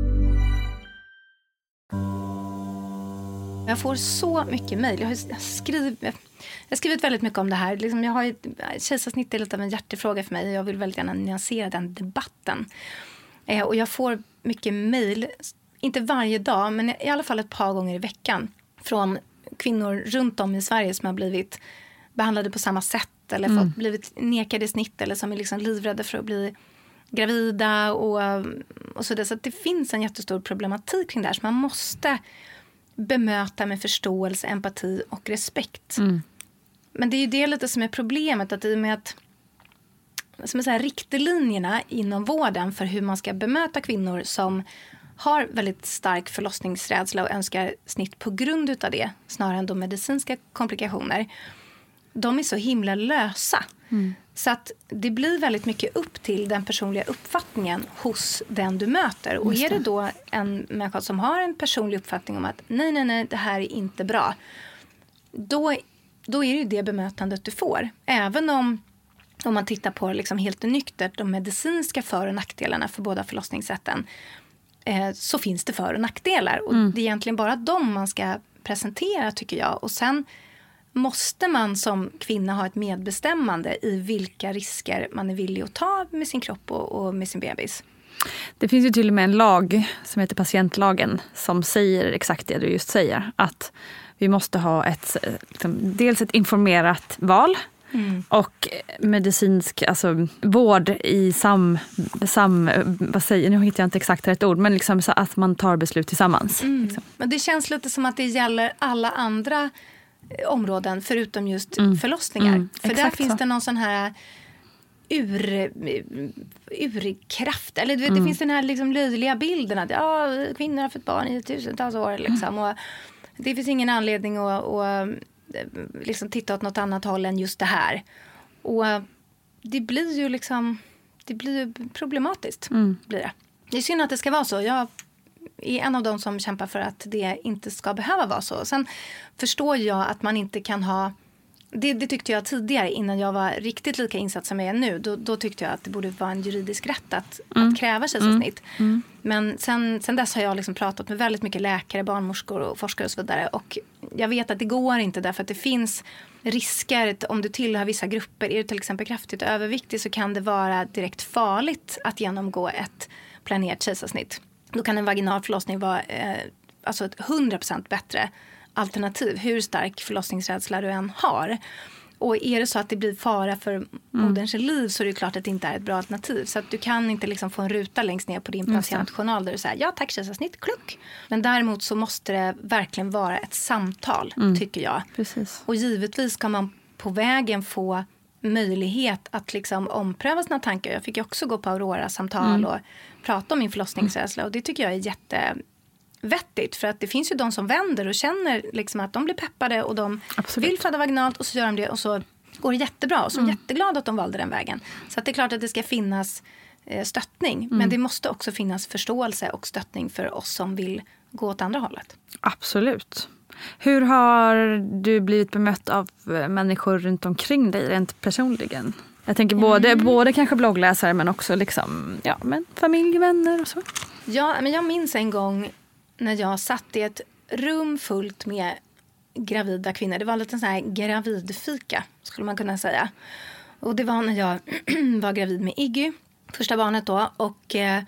Jag får så mycket mejl. Jag har skrivit, jag har skrivit väldigt mycket om det här. Liksom jag har kejsarsnitt är lite av en hjärtefråga för mig. Jag vill väldigt gärna nyansera den debatten. Eh, och jag får mycket mejl, inte varje dag, men i alla fall ett par gånger i veckan, från kvinnor runt om i Sverige som har blivit behandlade på samma sätt eller mm. fått blivit nekade snitt eller som är liksom livrädda för att bli gravida och, och så där. Så att det finns en jättestor problematik kring det här som man måste bemöta med förståelse, empati och respekt. Mm. Men det är ju det lite som är problemet, att i och med att som är så här, riktlinjerna inom vården för hur man ska bemöta kvinnor som har väldigt stark förlossningsrädsla och önskar snitt på grund utav det, snarare än de medicinska komplikationer, de är så himla lösa. Mm. Så att det blir väldigt mycket upp till den personliga uppfattningen hos den du möter. Och är det då en människa som har en personlig uppfattning om att nej, nej, nej, det här är inte bra, då, då är det ju det bemötandet du får. Även om, om man tittar på liksom helt nyktert de medicinska för- och nackdelarna för båda förlossningssätten, eh, så finns det för- och nackdelar. Och mm. det är egentligen bara dem man ska presentera, tycker jag. Och sen måste man som kvinna ha ett medbestämmande i vilka risker man är villig att ta med sin kropp och, och med sin bebis. Det finns ju till och med en lag som heter patientlagen som säger exakt det du just säger. Att vi måste ha ett, liksom, dels ett informerat val mm. och medicinsk alltså, vård i sam, sam vad säger, nu hittar jag inte exakt rätt ord, men liksom så att man tar beslut tillsammans. Mm. Liksom. Men det känns lite som att det gäller alla andra områden förutom just mm. förlossningar. Mm, för där finns så. det någon sån här ur, urkraft. Eller du vet, mm. det finns den här liksom löjliga bilden att ja, kvinnor har fått barn i tusentals år. Liksom, mm. och det finns ingen anledning att, att liksom titta åt något annat håll än just det här. Och det blir ju liksom det blir ju problematiskt. Mm. Blir det. Det är synd att det ska vara så. Jag är en av dem som kämpar för att det inte ska behöva vara så. Sen förstår jag att man inte kan ha Det, det tyckte jag tidigare innan jag var riktigt lika insatt som jag är nu. Då, då tyckte jag att det borde vara en juridisk rätt att, mm. att kräva kejsarsnitt. Mm. Mm. Men sen, sen dess har jag liksom pratat med väldigt mycket läkare, barnmorskor och forskare och så vidare. Och jag vet att det går inte därför att det finns risker. Om du tillhör vissa grupper, är du till exempel kraftigt överviktig, så kan det vara direkt farligt att genomgå ett planerat kejsarsnitt. Då kan en vaginal förlossning vara eh, alltså ett hundra procent bättre alternativ, hur stark förlossningsrädsla du än har. Och är det så att det blir fara för mm. moderns liv, så är det klart att det inte är ett bra alternativ. Så att du kan inte liksom få en ruta längst ner på din mm. patientjournal där du säger ja tack kejsarsnitt, kluck. Men däremot så måste det verkligen vara ett samtal, mm. tycker jag. Precis. Och givetvis kan man på vägen få möjlighet att liksom ompröva sina tankar. Jag fick ju också gå på Aurora-samtal mm. och prata om min förlossningsrädsla. Och det tycker jag är jättevettigt. För att det finns ju de som vänder och känner liksom att de blir peppade och de Absolut. vill föda vaginalt, och så gör de det och så går det jättebra. Och så är mm. jätteglada att de valde den vägen. Så att det är klart att det ska finnas eh, stöttning. Mm. Men det måste också finnas förståelse och stöttning för oss som vill gå åt andra hållet. Absolut. Hur har du blivit bemött av människor runt omkring dig rent personligen? Jag tänker både, mm. både kanske bloggläsare men också liksom, ja, men familj, vänner och så. Ja, men jag minns en gång när jag satt i ett rum fullt med gravida kvinnor. Det var lite så här gravidfika, skulle man kunna säga. Och det var när jag var gravid med Iggy, första barnet då. Och eh,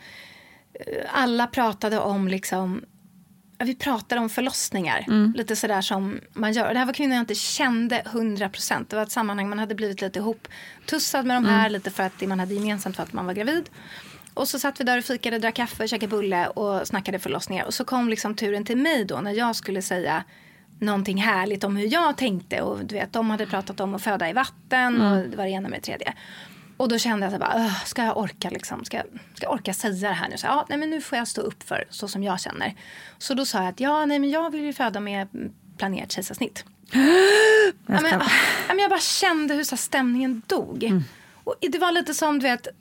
alla pratade om liksom... Vi pratade om förlossningar. Mm. Lite sådär som man gör. Det här var kvinnor jag inte kände hundra procent. Det var ett sammanhang man hade blivit lite ihop tussad med de här. Mm. Lite för att det man hade gemensamt för att man var gravid. Och så satt vi där och fikade, drack kaffe, käkade bulle och snackade förlossningar. Och så kom liksom turen till mig då när jag skulle säga någonting härligt om hur jag tänkte. Och du vet, de hade pratat om att föda i vatten. Mm. Och det var det ena med det tredje. Och då kände jag så bara, ska jag orka liksom, ska, ska jag orka säga det här nu? Så, ja, nej men nu får jag stå upp för så som jag känner. Så då sa jag att ja, nej men jag vill ju föda med planerat kejsarsnitt. ja, men, ja, men jag bara kände hur så stämningen dog. Mm. Och det var lite som, du vet,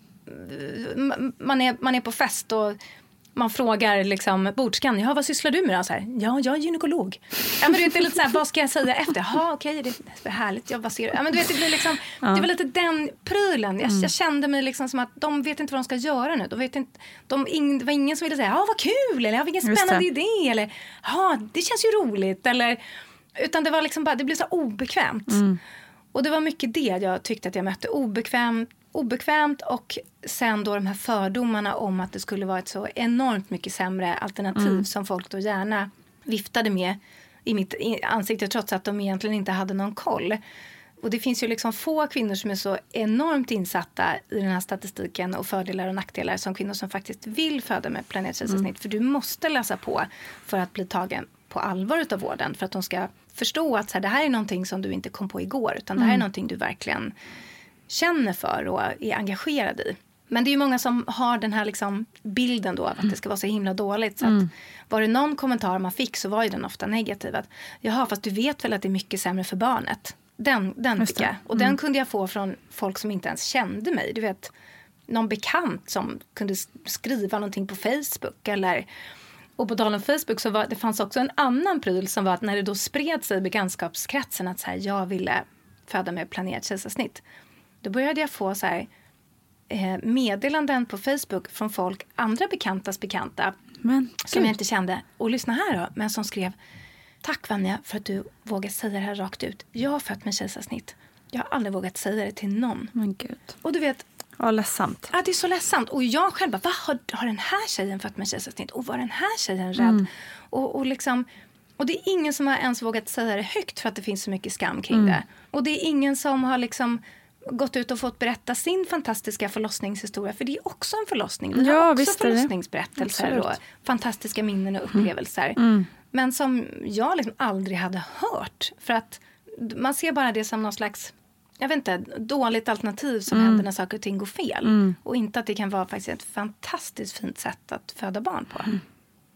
man är, man är på fest och man frågar liksom bordskan, ja vad sysslar du med då? Så här, ja, jag är gynekolog. Ja, men det är lite så här, vad ska jag säga efter? Ja, okej, okay, det är härligt. Jag ser. Ja, men du vet, det blir liksom, ja. det var lite den prylen. Jag, mm. jag kände mig liksom som att de vet inte vad de ska göra nu. De vet inte, de, ing, det var ingen som ville säga, ja vad kul, eller ja, vilken spännande idé, eller ja, det känns ju roligt, eller utan det var liksom bara, det blev så obekvämt. Mm. Och det var mycket det jag tyckte att jag mötte, obekvämt. obekvämt och sen då de här fördomarna om att det skulle vara ett så enormt mycket sämre alternativ mm. som folk då gärna viftade med i mitt ansikte trots att de egentligen inte hade någon koll. Och det finns ju liksom få kvinnor som är så enormt insatta i den här statistiken och fördelar och nackdelar som kvinnor som faktiskt vill föda med planerat kejsarsnitt. Mm. För du måste läsa på för att bli tagen på allvar utav vården för att de ska förstå att så här, det här är någonting som du inte kom på igår utan mm. det här är någonting du verkligen känner för och är engagerad i. Men det är ju många som har den här liksom bilden då av att det ska vara så himla dåligt. Så att mm. var det någon kommentar man fick så var ju den ofta negativ. Att, jaha, fast du vet väl att det är mycket sämre för barnet. Den, den fick jag. Och mm. den kunde jag få från folk som inte ens kände mig. Du vet, någon bekant som kunde skriva någonting på Facebook. Eller, och på tal om Facebook så var, det fanns också en annan pryl som var att när det då spred sig i bekantskapskretsen att så här, jag ville föda med planerat kejsarsnitt. Då började jag få så här, eh, meddelanden på Facebook från folk, andra bekantas bekanta, men, som Gud. jag inte kände. Och lyssna här då, men som skrev, tack Vanja för att du vågar säga det här rakt ut. Jag har fött med kejsarsnitt. Jag har aldrig vågat säga det till någon. Men Gud. Och du vet... Ja, ledsamt. Ja, det är så ledsamt. Och jag själv bara, vad har, har den här tjejen fött med kejsarsnitt? Och var den här tjejen rädd? Mm. Och, och liksom... Och det är ingen som har ens vågat säga det högt för att det finns så mycket skam kring mm. det. Och det är ingen som har liksom... gått ut och fått berätta sin fantastiska förlossningshistoria. För det är också en förlossning. Vi ja, har också förlossningsberättelser och fantastiska minnen och upplevelser. Mm. Mm. Men som jag liksom aldrig hade hört. För att man ser bara det som någon slags, jag vet inte, dåligt alternativ som mm. händer när saker och ting går fel. Mm. Och inte att det kan vara faktiskt ett fantastiskt fint sätt att föda barn på. Mm.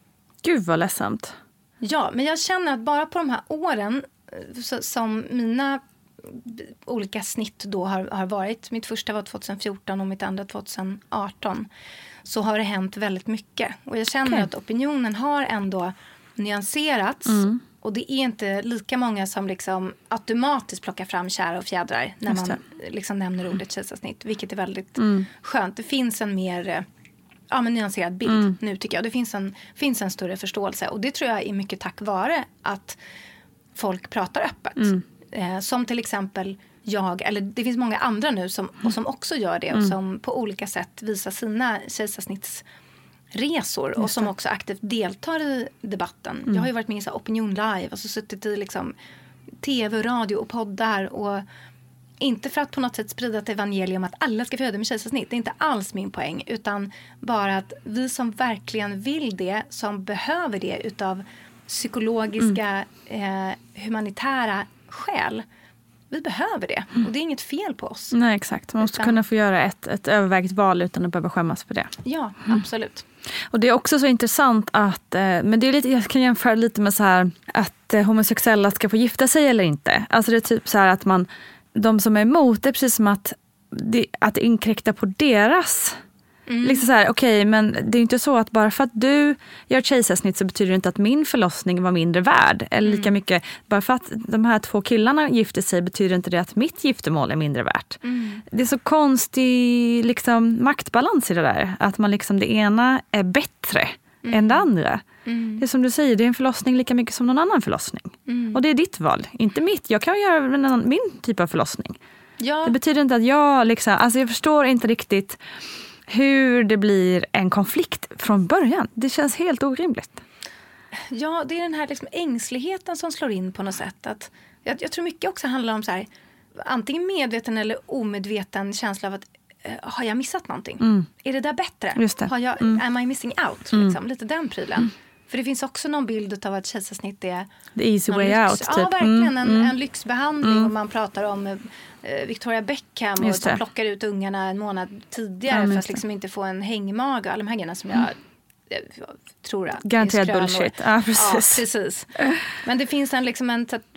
Gud vad ledsamt. Ja, men jag känner att bara på de här åren som mina olika snitt då har, har varit. Mitt första var tjugohundrafjorton och mitt andra tjugoarton. Så har det hänt väldigt mycket. Och jag känner okay. att opinionen har ändå nyanserats. Mm. Och det är inte lika många som liksom automatiskt plockar fram kära och fjädrar när man liksom nämner ordet kejsarsnitt. Vilket är väldigt mm. skönt. Det finns en mer ja, men nyanserad bild mm. nu tycker jag. Det finns en, finns en större förståelse. Och det tror jag är mycket tack vare att folk pratar öppet. Mm. Eh, som till exempel jag, eller det finns många andra nu som, och som också gör det. Mm. Och som på olika sätt visar sina kejsarsnittsresor. Och som också aktivt deltar i debatten. Mm. Jag har ju varit med i så Opinion Live. Och så suttit i liksom tv, radio och poddar. Och inte för att på något sätt sprida ett evangelium att alla ska föda med kejsarsnitt. Det är inte alls min poäng. Utan bara att vi som verkligen vill det, som behöver det utav psykologiska, mm. eh, humanitära skäl. Vi behöver det. Mm. Och det är inget fel på oss. Nej, exakt. Man måste utan... kunna få göra ett, ett övervägt val utan att behöva skämmas för det. Ja, mm. absolut. Och det är också så intressant att, eh, men det är lite, jag kan jämföra lite med så här att eh, homosexuella ska få gifta sig eller inte. Alltså det är typ så här att man, de som är emot det är precis som att det, att det inkräktar på deras mm. liksom så här, okej, okay, men det är inte så att bara för att du gör kejsarsnitt så betyder det inte att min förlossning var mindre värd. Eller lika mm. mycket, bara för att de här två killarna gifter sig betyder inte det att mitt giftermål är mindre värt. Mm. Det är så konstig liksom, maktbalans i det där. Att man liksom, det ena är bättre mm. än det andra. Mm. Det är som du säger, det är en förlossning lika mycket som någon annan förlossning. Mm. Och det är ditt val, inte mitt. Jag kan göra en annan, min typ av förlossning. Ja. Det betyder inte att jag liksom, alltså jag förstår inte riktigt hur det blir en konflikt från början. Det känns helt orimligt. Ja, det är den här liksom ängsligheten som slår in på något sätt. Att, jag, jag tror mycket också handlar om så här, antingen medveten eller omedveten känsla av att eh, har jag missat någonting? Mm. Är det där bättre? Just det. Har jag, mm. am I missing out? Mm. Liksom, lite den prylen. Mm. För det finns också någon bild av att kejsarsnitt är the easy way lyx. out. Typ. Ja, verkligen. Mm. En, Mm. en lyxbehandling. Mm. Och man pratar om eh, Victoria Beckham och som plockar ut ungarna en månad tidigare ja, för att liksom inte få en hängmage. Alla de här grejerna som jag, jag, jag tror att garanterat bullshit. Ja, precis. Ja, precis. Men det finns en, liksom en så,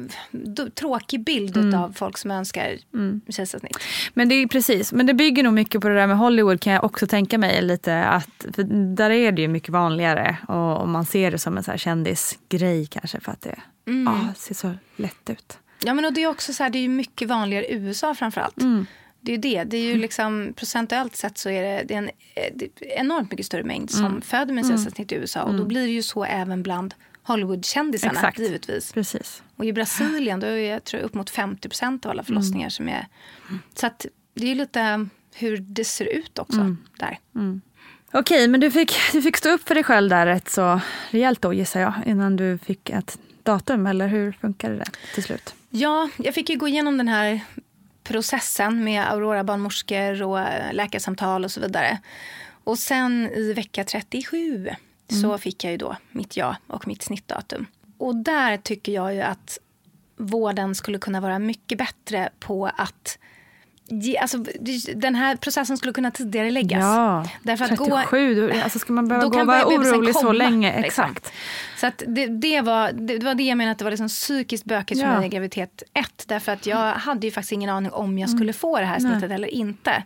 d- tråkig bild mm. av folk som önskar mm. kejsarsnitt. Men det är precis, men det bygger nog mycket på det där med Hollywood, kan jag också tänka mig lite att, för där är det ju mycket vanligare och, och man ser det som en så här kändisgrej kanske för att det mm. ah, ser så lätt ut. Ja, men och det är också så här, det är ju mycket vanligare i U S A framförallt. Mm. Det är ju det. Det är ju liksom, procentuellt sett så är det, det är en det är enormt mycket större mängd som mm. föder med kejsarsnitt i U S A. Och då blir det ju så även bland Hollywood-kändisarna. Exakt. Givetvis. Precis. Och i Brasilien då är jag tror upp mot femtio procent av alla förlossningar mm. som är... Så att det är ju lite hur det ser ut också mm. där. Mm. Okej, men du fick, du fick stå upp för dig själv där rätt så rejält då, gissar jag, innan du fick ett datum, eller hur funkade det till slut? Ja, jag fick ju gå igenom den här processen med Aurora barnmorskor och läkarsamtal och så vidare. Och sen i vecka trettiosju mm. så fick jag ju då mitt ja och mitt snittdatum. Och där tycker jag ju att vården skulle kunna vara mycket bättre på att ge, alltså, den här processen skulle kunna tidigare läggas. Ja, därför att trettiosju, gå, då, alltså ska man behöva gå och vara orolig så länge. Exakt. Liksom. Så att det, det, var, det var det jag menade att det var liksom psykiskt bökigt för ja. mig i graviditet ett. Därför att jag hade ju faktiskt ingen aning om jag skulle få det här snittet mm. eller inte.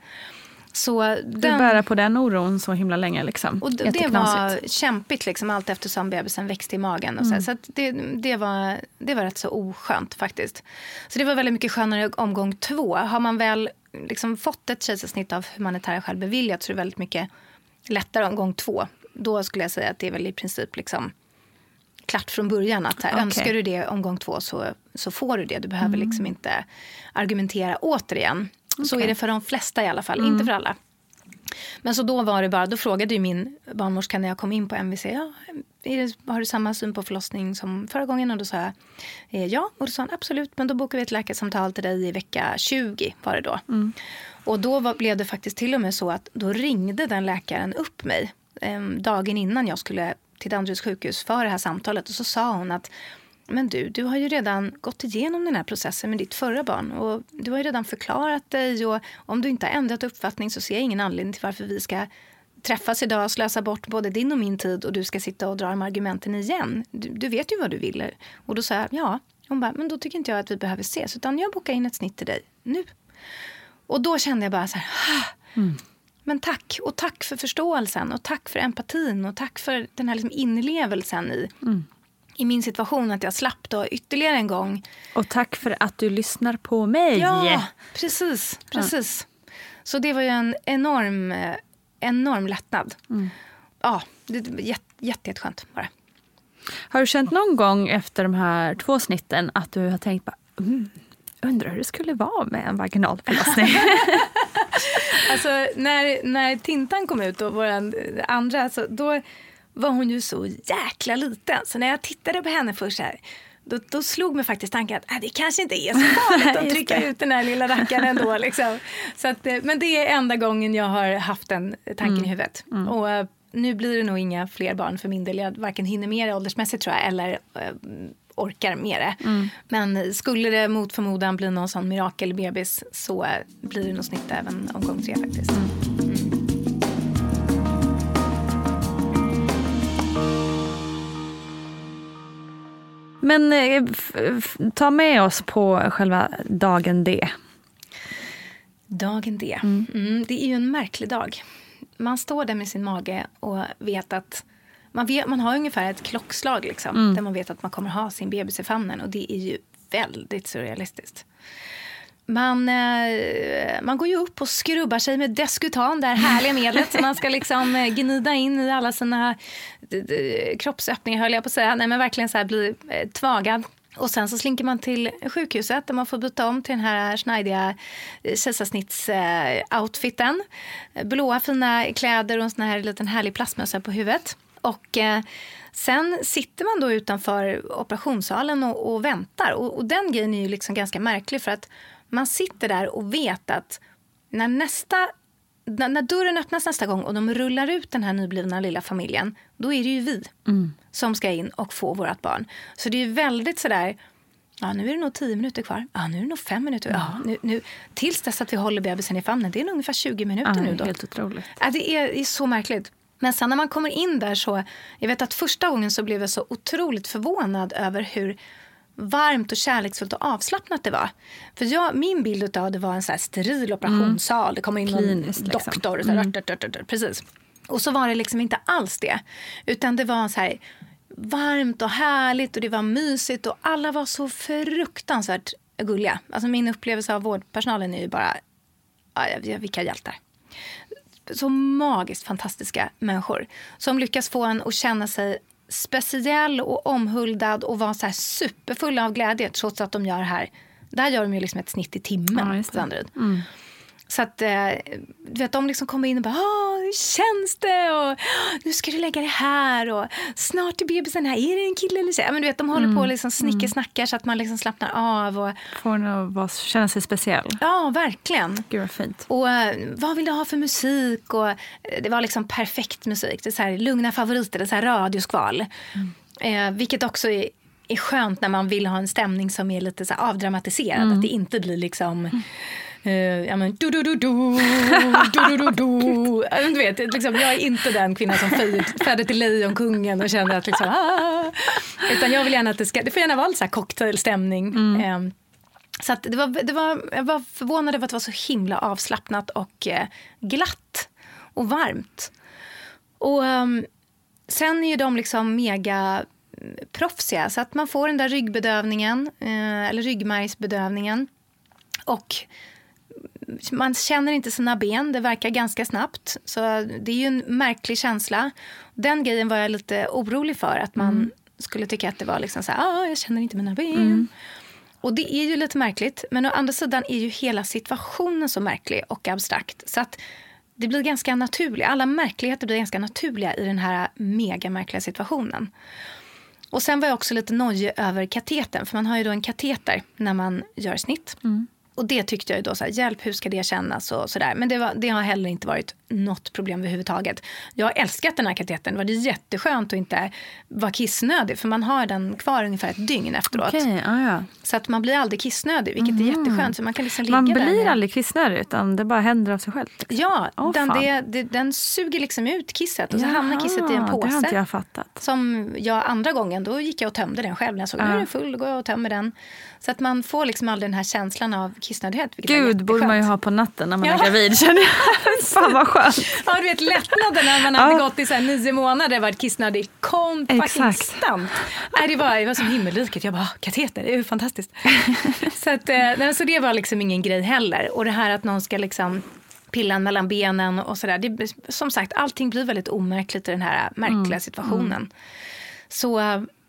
Så den, du bära på den oron så himla länge liksom. Och det, det var kämpigt liksom, allt eftersom bebisen växte i magen. Och så mm. så att det, det, var, det var rätt så oskönt faktiskt. Så det var väldigt mycket skönare omgång två. Har man väl liksom fått ett kejsarsnitt av humanitära skäl beviljat så är det väldigt mycket lättare omgång två. Då skulle jag säga att det är väl i princip liksom klart från början att här, okay. önskar du det omgång två så, så får du det. Du behöver mm. liksom inte argumentera återigen. Okay. Så är det för de flesta i alla fall, mm. inte för alla. Men så då var det bara, då frågade ju min barnmorska när jag kom in på M V C, ja, är det, har du samma syn på förlossning som förra gången? Och då sa jag, eh, ja. Och då sa han, absolut, men då bokar vi ett läkarsamtal till dig i vecka tjugo var det då. Mm. Och då var, blev det faktiskt till och med så att då ringde den läkaren upp mig eh, dagen innan jag skulle till Danderyds sjukhus för det här samtalet. Och så sa hon att, men du, du har ju redan gått igenom den här processen med ditt förra barn. Och du har ju redan förklarat dig. Och om du inte har ändrat uppfattning så ser jag ingen anledning till varför vi ska träffas idag och slösa bort både din och min tid. Och du ska sitta och dra de argumenten igen. Du, du vet ju vad du vill. Och då sa jag, ja. Hon bara, men då tycker inte jag att vi behöver ses. Utan jag bokar in ett snitt till dig nu. Och då kände jag bara så här, mm. men tack. Och tack för förståelsen. Och tack för empatin. Och tack för den här liksom inlevelsen i... Mm. i min situation att jag slapp då ytterligare en gång. Och tack för att du lyssnar på mig. Ja, precis. precis. Ja. Så det var ju en enorm, enorm lättnad. Mm. Ja, det var jätte, jätte, jätteskönt bara. Har du känt någon gång efter de här två snitten att du har tänkt på, mm, undrar hur det skulle vara med en vaginal förlossning? Alltså när, när Tintan kom ut och vår andra, så då var hon ju så jäkla liten. Så när jag tittade på henne först här, då, då slog mig faktiskt tanken att äh, det kanske inte är så farligt att trycka ut den här lilla rackaren ändå. Liksom. Så att, men det är enda gången jag har haft den tanken mm. i huvudet. Mm. Och nu blir det nog inga fler barn för min del. Jag varken hinner med det åldersmässigt tror jag, eller äh, orkar med det. Mm. Men skulle det mot förmodan bli någon sån mirakelbebis, så blir det nog snitt även omgång tre faktiskt. Mm. Mm. Men f- f- ta med oss på själva dagen D. Dagen D. Mm. Mm, det är ju en märklig dag. Man står där med sin mage och vet att man, vet, man har ungefär ett klockslag liksom, mm. där man vet att man kommer ha sin bebis i famnen, och det är ju väldigt surrealistiskt. Man, eh, man går ju upp och skrubbar sig med Descutan, det här härliga medlet som man ska liksom eh, gnida in i alla sina d- d- kroppsöppningar, höll jag på att säga. Nej, men verkligen så här bli eh, tvagad. Och sen så slinker man till sjukhuset där man får byta om till den här snajdiga kejsarsnitts-outfiten. Blåa fina kläder och en sån här liten härlig plastmössa på huvudet. Och eh, sen sitter man då utanför operationssalen och, och väntar. Och, och den grejen är ju liksom ganska märklig, för att man sitter där och vet att när nästa... När dörren öppnas nästa gång och de rullar ut den här nyblivna lilla familjen, då är det ju vi mm. som ska in och få vårt barn. Så det är ju väldigt sådär, ja nu är det nog tio minuter kvar, ja nu är det nog fem minuter, ja, nu, nu, tills dess att vi håller bebisen i famnen, det är nog ungefär tjugo minuter ja, nu då. Helt otroligt. Ja, det är, det är så märkligt. Men sen när man kommer in där så, jag vet att första gången så blev jag så otroligt förvånad över hur varmt och kärleksfullt och avslappnat det var. För jag, min bild av det var en så här steril operationssal. Mm. Det kommer in Kliniskt, en doktor. Liksom. Mm. Så här, precis. Och så var det liksom inte alls det. Utan det var så här varmt och härligt och det var mysigt. Och alla var så fruktansvärt gulliga. Alltså min upplevelse av vårdpersonalen är ju bara, ja, vilka hjältar. Så magiskt fantastiska människor. Som lyckas få en att känna sig speciell och omhuldad och var så här superfull av glädje, trots att de gör här. Där gör de ju liksom ett snitt i timmen. Ja, mm. Så att du vet, de liksom kommer in och bara, hur känns det? Och nu ska du lägga det här och snart är bebisen här. Är det en kille eller tjej? Men du vet, de håller mm. på och liksom snickesnackar så att man liksom slappnar av. Och får en att känna sig speciell. Ja, verkligen. Gud vad fint. Och vad vill du ha för musik? Och det var liksom perfekt musik. Det är så här lugna favoriter, det är så här radioskval. Mm. Eh, vilket också är, är skönt när man vill ha en stämning som är lite så här avdramatiserad. Mm. Att det inte blir liksom... Mm. Uh, ja men du du du du du du du du vet liksom, jag är inte den kvinna som födde till Lejonkungen och känner att liksom ah, utan jag vill gärna att det ska, det får gärna vara så här cocktailstämning. Mm. Um, så att det var, det var jag var förvånad över att det var så himla avslappnat och uh, glatt och varmt. Och um, sen är ju de liksom mega proffsiga, så att man får den där ryggbedövningen uh, eller ryggmärgsbedövningen och man känner inte sina ben, det verkar ganska snabbt. Så det är ju en märklig känsla. Den grejen var jag lite orolig för, att man mm. skulle tycka att det var liksom så här, ah, jag känner inte mina ben. Mm. Och det är ju lite märkligt, men å andra sidan är ju hela situationen så märklig och abstrakt. Så att det blir ganska naturligt, alla märkligheter blir ganska naturliga i den här mega märkliga situationen. Och sen var jag också lite nojig över katetern, för man har ju då en kateter när man gör snitt. Mm. Och det tyckte jag ju då så här, hjälp, hur ska det kännas och sådär. Men det, var, det har heller inte varit något problem överhuvudtaget. Jag har älskat den här katetern. Det var jätteskönt att inte vara kissnödig. För man har den kvar ungefär ett dygn efteråt. Okay, ah, ja. Så att man blir aldrig kissnödig, vilket mm. är jätteskönt. Så man kan liksom ligga man där. blir aldrig kissnödig, utan det bara händer av sig själv. Liksom. Ja, oh, den, det, det, den suger liksom ut kisset. Och så Jaha, hamnar kisset i en påse. Det har inte jag fattat. Som jag andra gången, då gick jag och tömde den själv. När jag såg att ah. nu är den full, då går jag och tömmer den. Så att man får liksom aldrig den här känslan av kissnödighet. Gud, borde man ju ha på natten när man ja. är gravid, känner jag. Fan vad skönt. Ja, du vet lättnaden när man hade ja. gått i så här nio månader, varit kissnödig konstant. Nej, det var, det var som himmelriket. Jag bara, kateter, det är ju fantastiskt. så, att, nej, så det var liksom ingen grej heller. Och det här att någon ska liksom pilla mellan benen och sådär. Det, som sagt, allting blir väldigt omärkligt i den här märkliga mm. situationen. Mm. Så,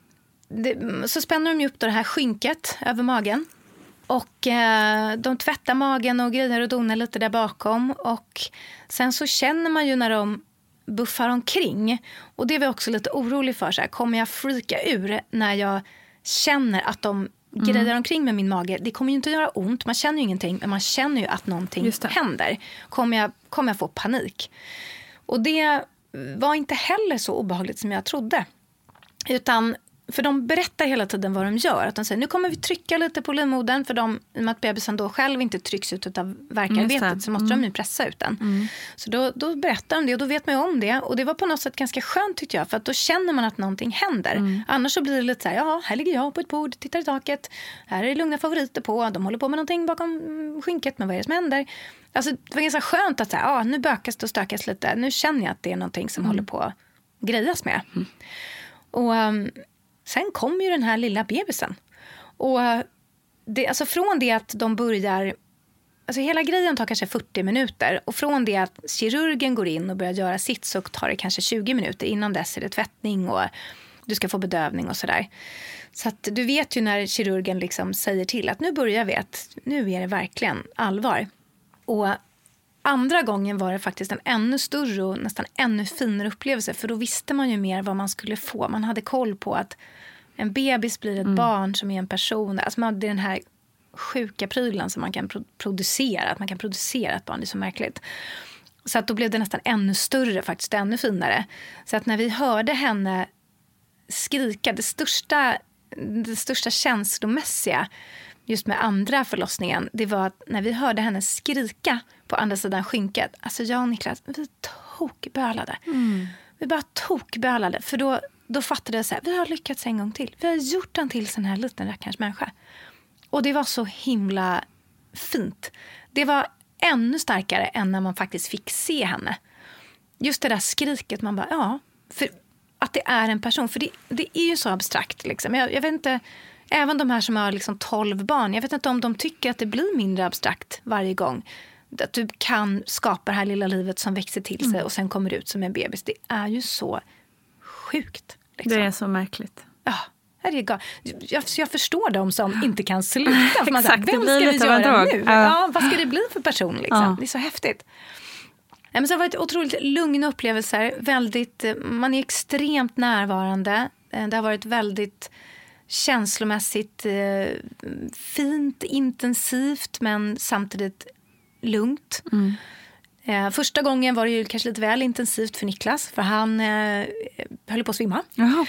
det, så spänner de ju upp då det här skynket över magen. Och eh, de tvättar magen och grejer och donar lite där bakom. Och sen så känner man ju när de buffar omkring. Och det var jag också lite orolig för. Så här, kommer jag freaka ur när jag känner att de mm. grejer omkring med min mage? Det kommer ju inte att göra ont. Man känner ju ingenting. Men man känner ju att någonting händer. Kommer jag, kommer jag få panik? Och det var inte heller så obehagligt som jag trodde. Utan... För de berättar hela tiden vad de gör. Att de säger, nu kommer vi trycka lite på livmodern. För de, i och med att bebisen då själv inte trycks ut av värkarbetet. Så måste mm. de ju pressa ut den. Mm. Så då, då berättar de det och då vet man ju om det. Och det var på något sätt ganska skönt tyckte jag. För att då känner man att någonting händer. Mm. Annars så blir det lite så här, ja här ligger jag på ett bord, tittar i taket. Här är lugna favoriter på. De håller på med någonting bakom skynket. Men vad är det som händer? Alltså det var ganska skönt att säga, ja nu bökas det och stökas lite. Nu känner jag att det är någonting som mm. håller på att grejas med. Mm. Och... Um, Sen kom ju den här lilla bebisen. Och det, alltså från det att de börjar... Alltså hela grejen tar kanske fyrtio minuter. Och från det att kirurgen går in och börjar göra sitt så tar det kanske tjugo minuter. Innan dess är det tvättning och du ska få bedövning och sådär. Så att du vet ju när kirurgen liksom säger till att nu börjar vi att nu är det verkligen allvar. Och andra gången var det faktiskt en ännu större och nästan ännu finare upplevelse. För då visste man ju mer vad man skulle få. Man hade koll på att en bebis blir ett mm. barn som är en person. Alltså man, det är den här sjuka prylen som man kan pro- producera. Att man kan producera ett barn, det är så märkligt. Så att då blev det nästan ännu större, faktiskt ännu finare. Så att när vi hörde henne skrika, det största, det största känslomässiga just med andra förlossningen, det var att när vi hörde henne skrika på andra sidan skynket, alltså jag och Niklas, vi tokbölade. Mm. Vi bara tokbölade, för då, då fattade jag så här, vi har lyckats en gång till. Vi har gjort en till sån här liten rackarns människa. Och det var så himla fint. Det var ännu starkare än när man faktiskt fick se henne. Just det där skriket, man bara, ja, för att det är en person. För det, det är ju så abstrakt liksom. Jag, jag vet inte, även de här som har liksom tolv barn, jag vet inte om de tycker att det blir mindre abstrakt varje gång. Att du kan skapa det här lilla livet som växer till sig mm. och sen kommer ut som en bebis. Det är ju så sjukt. Liksom. Det är så märkligt. Ja, herregud. Jag, jag förstår dem som inte kan sluta. För man Exakt, säger, vem ska vi göra nu? Ja. Ja, vad ska det bli för person? Liksom? Ja. Det är så häftigt. Men så har det varit otroligt lugna upplevelser. Väldigt, man är extremt närvarande. Det har varit väldigt känslomässigt eh, fint, intensivt men samtidigt lugnt. Mm. Eh, första gången var det ju kanske lite väl intensivt för Niklas, för han eh, höll på att svimma.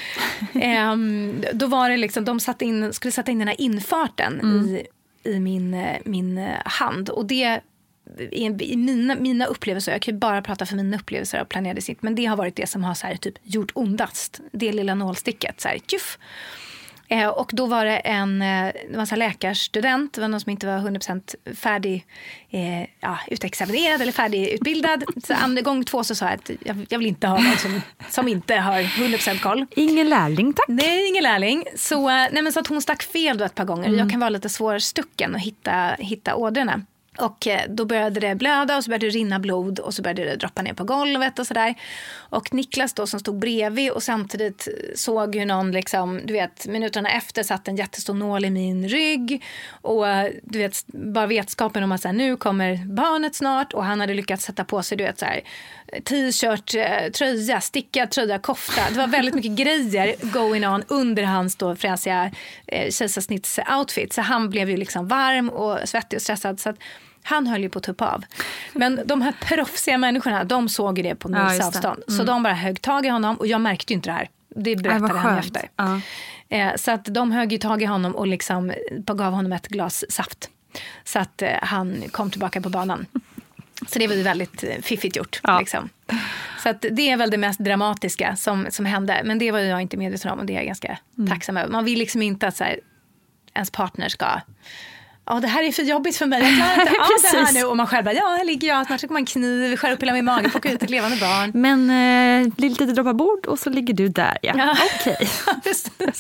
eh, då var det liksom, de satt in, skulle sätta in den här infarten mm. i, i min, min hand. Och det i, i mina, mina upplevelser, jag kan ju bara prata för mina upplevelser av planerade sitt, men det har varit det som har så här, typ, gjort ondast. Det lilla nålsticket, så här, tjuff. Eh, och då var det en, det var en sån läkarstudent, det var någon som inte var hundra procent färdig, eh, ja, utexaminerad eller färdigutbildad. Så andra gång två så sa jag att jag, jag vill inte ha någon som, som inte har hundra procent koll. Ingen lärling, tack. Nej, ingen lärling. Så, nej, men så att hon stack fel då ett par gånger. Mm. Jag kan vara lite svårstucken och hitta, hitta ådrorna. Och då började det blöda och så började det rinna blod och så började det droppa ner på golvet och sådär. Och Niklas då som stod bredvid och samtidigt såg hur någon liksom, du vet, minuterna efter satt en jättestor nål i min rygg. Och du vet, bara vetskapen om att så här, nu kommer barnet snart, och han hade lyckats sätta på sig, du vet, så här, t-shirt, tröja, stickad tröja, kofta. Det var väldigt mycket grejer going on under hans då fräsiga eh, kejsarsnittsoutfit. Så han blev ju liksom varm och svettig och stressad, så att han höll ju på att tuppa av. Men de här proffsiga människorna, de såg ju det på mils ja, avstånd. Mm. Så de bara högg tag i honom, och jag märkte ju inte det här. Det berättade han efter. Ja. Eh, så att de högg ju tag i honom och liksom gav honom ett glas saft. Så att eh, han kom tillbaka på banan. Så det var ju väldigt fiffigt gjort. Ja. Liksom. Så att det är väl det mest dramatiska som, som hände. Men det var jag inte medveten om, och det är jag ganska mm. tacksam över. Man vill liksom inte att så här, ens partner ska ja, det här är för jobbigt för mig. Jag klarar inte av det här nu. Och man själv bara, ja, här ligger jag. Snart så kommer man kniv, skär upp hela min mage, plocka ut ett levande barn. Men eh, blir lite droppar bord och så ligger du där, ja. ja. Okej. Okay.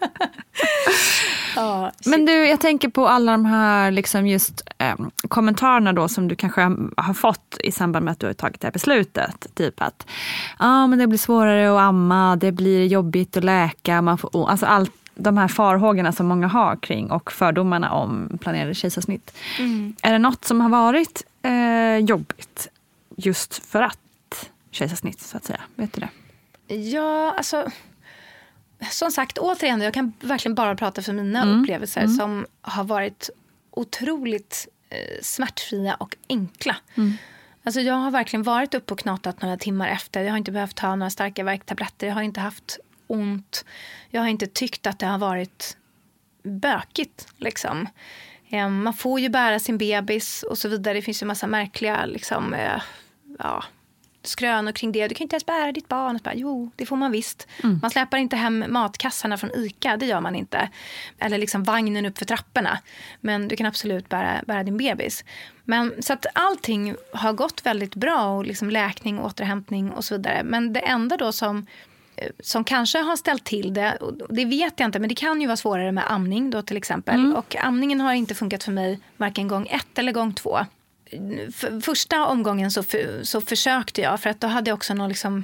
ja, Men du, jag tänker på alla de här liksom just eh, kommentarerna då som du kanske har fått i samband med att du har tagit det här beslutet. Typ att ah, men det blir svårare att amma, det blir jobbigt att läka, man får, alltså allt de här farhågorna som många har kring och fördomarna om planerade kejsarsnitt. Mm. Är det något som har varit eh, jobbigt just för att kejsarsnitt så att säga? Vet du det? Ja, alltså som sagt, återigen, jag kan verkligen bara prata för mina mm. upplevelser mm. som har varit otroligt eh, smärtfria och enkla. Mm. Alltså jag har verkligen varit uppe och knatat några timmar efter. Jag har inte behövt ta några starka värktabletter. Jag har inte haft ont. Jag har inte tyckt att det har varit bökigt liksom. Man får ju bära sin bebis och så vidare. Det finns ju en massa märkliga liksom, ja, skrönor kring det. Du kan inte ens bära ditt barn. Bara, jo, det får man visst. Mm. Man släpar inte hem matkassarna från ICA. Det gör man inte. Eller liksom vagnen upp för trapporna. Men du kan absolut bära, bära din bebis. Men, så att allting har gått väldigt bra. Och liksom läkning, återhämtning och så vidare. Men det enda då som som kanske har ställt till det, det vet jag inte, men det kan ju vara svårare med amning då till exempel. Mm. Och amningen har inte funkat för mig varken gång ett eller gång två. För första omgången så, för, så försökte jag, för att då hade jag också någon liksom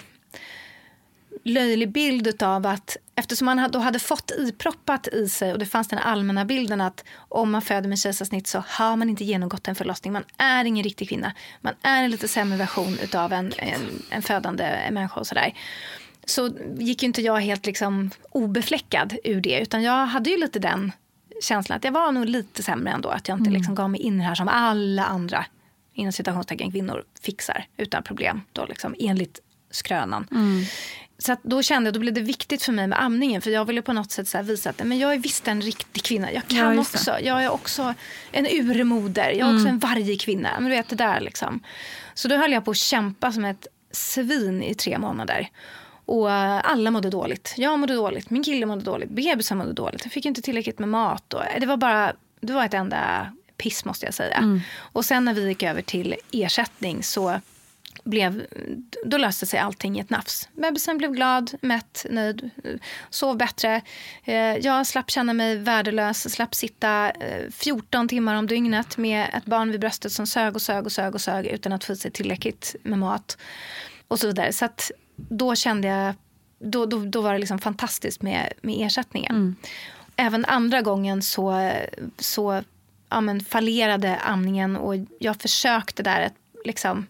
löjlig bild av att eftersom man då hade fått iproppat i sig och det fanns den allmänna bilden att om man föder med kejsarsnitt så har man inte genomgått en förlossning. Man är ingen riktig kvinna. Man är en lite sämre version utav en, en, en födande människa och sådär. Så gick ju inte jag helt liksom obefläckad ur det, utan jag hade ju lite den känslan att jag var nog lite sämre ändå, att jag inte liksom gav mig in här som alla andra inom citationstecken kvinnor fixar utan problem då liksom enligt skrönan. Mm. Så att då kände jag, då blev det viktigt för mig med amningen, för jag ville på något sätt så här visa att men jag är visst en riktig kvinna. Jag kan ja, också, jag är också en urmoder, jag är också mm. en varje kvinna. Men du vet det där liksom. Så då höll jag på att kämpa som ett svin i tre månader. Och alla mådde dåligt. Jag mådde dåligt, min kille mådde dåligt, bebisen mådde dåligt. Jag fick inte tillräckligt med mat. Och det var bara, det var ett enda piss måste jag säga. Mm. Och sen när vi gick över till ersättning så blev, då löste sig allting i ett nafs. Bebisen blev glad, mätt, nöjd, sov bättre. Jag slapp känna mig värdelös, slapp sitta fjorton timmar om dygnet med ett barn vid bröstet som sög och sög och sög och sög utan att få sig tillräckligt med mat. Och så vidare. Så att då kände jag, då, då, då var det liksom fantastiskt med, med ersättningen. Mm. Även andra gången så, så ja, men fallerade amningen och jag försökte där ett, liksom,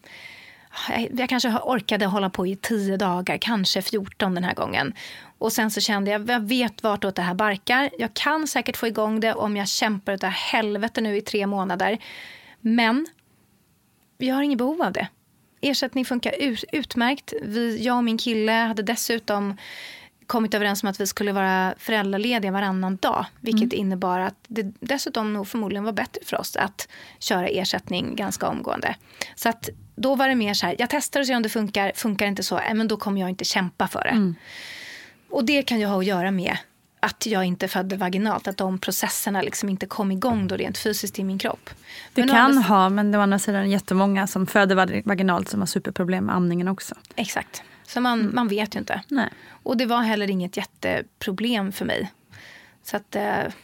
jag kanske orkade hålla på i tio dagar, kanske fjorton den här gången. Och sen så kände jag, jag vet vartåt det här barkar. Jag kan säkert få igång det om jag kämpar utav helvete nu i tre månader. Men jag har inget behov av det. Ersättning funkar ut, utmärkt. Vi, jag och min kille hade dessutom kommit överens om att vi skulle vara föräldralediga varannan dag. Vilket mm. innebar att det dessutom nog förmodligen var bättre för oss att köra ersättning ganska omgående. Så att då var det mer så här, jag testar och ser om det funkar. Funkar inte så, äh, men då kommer jag inte kämpa för det. Mm. Och det kan ju ha att göra med att jag inte födde vaginalt. Att de processerna liksom inte kom igång då rent fysiskt i min kropp. Det men kan andra... ha, men det var andra sidan jättemånga som födde vaginalt som har superproblem med amningen också. Exakt. Så man, mm. man vet ju inte. Nej. Och det var heller inget jätteproblem för mig. Så att,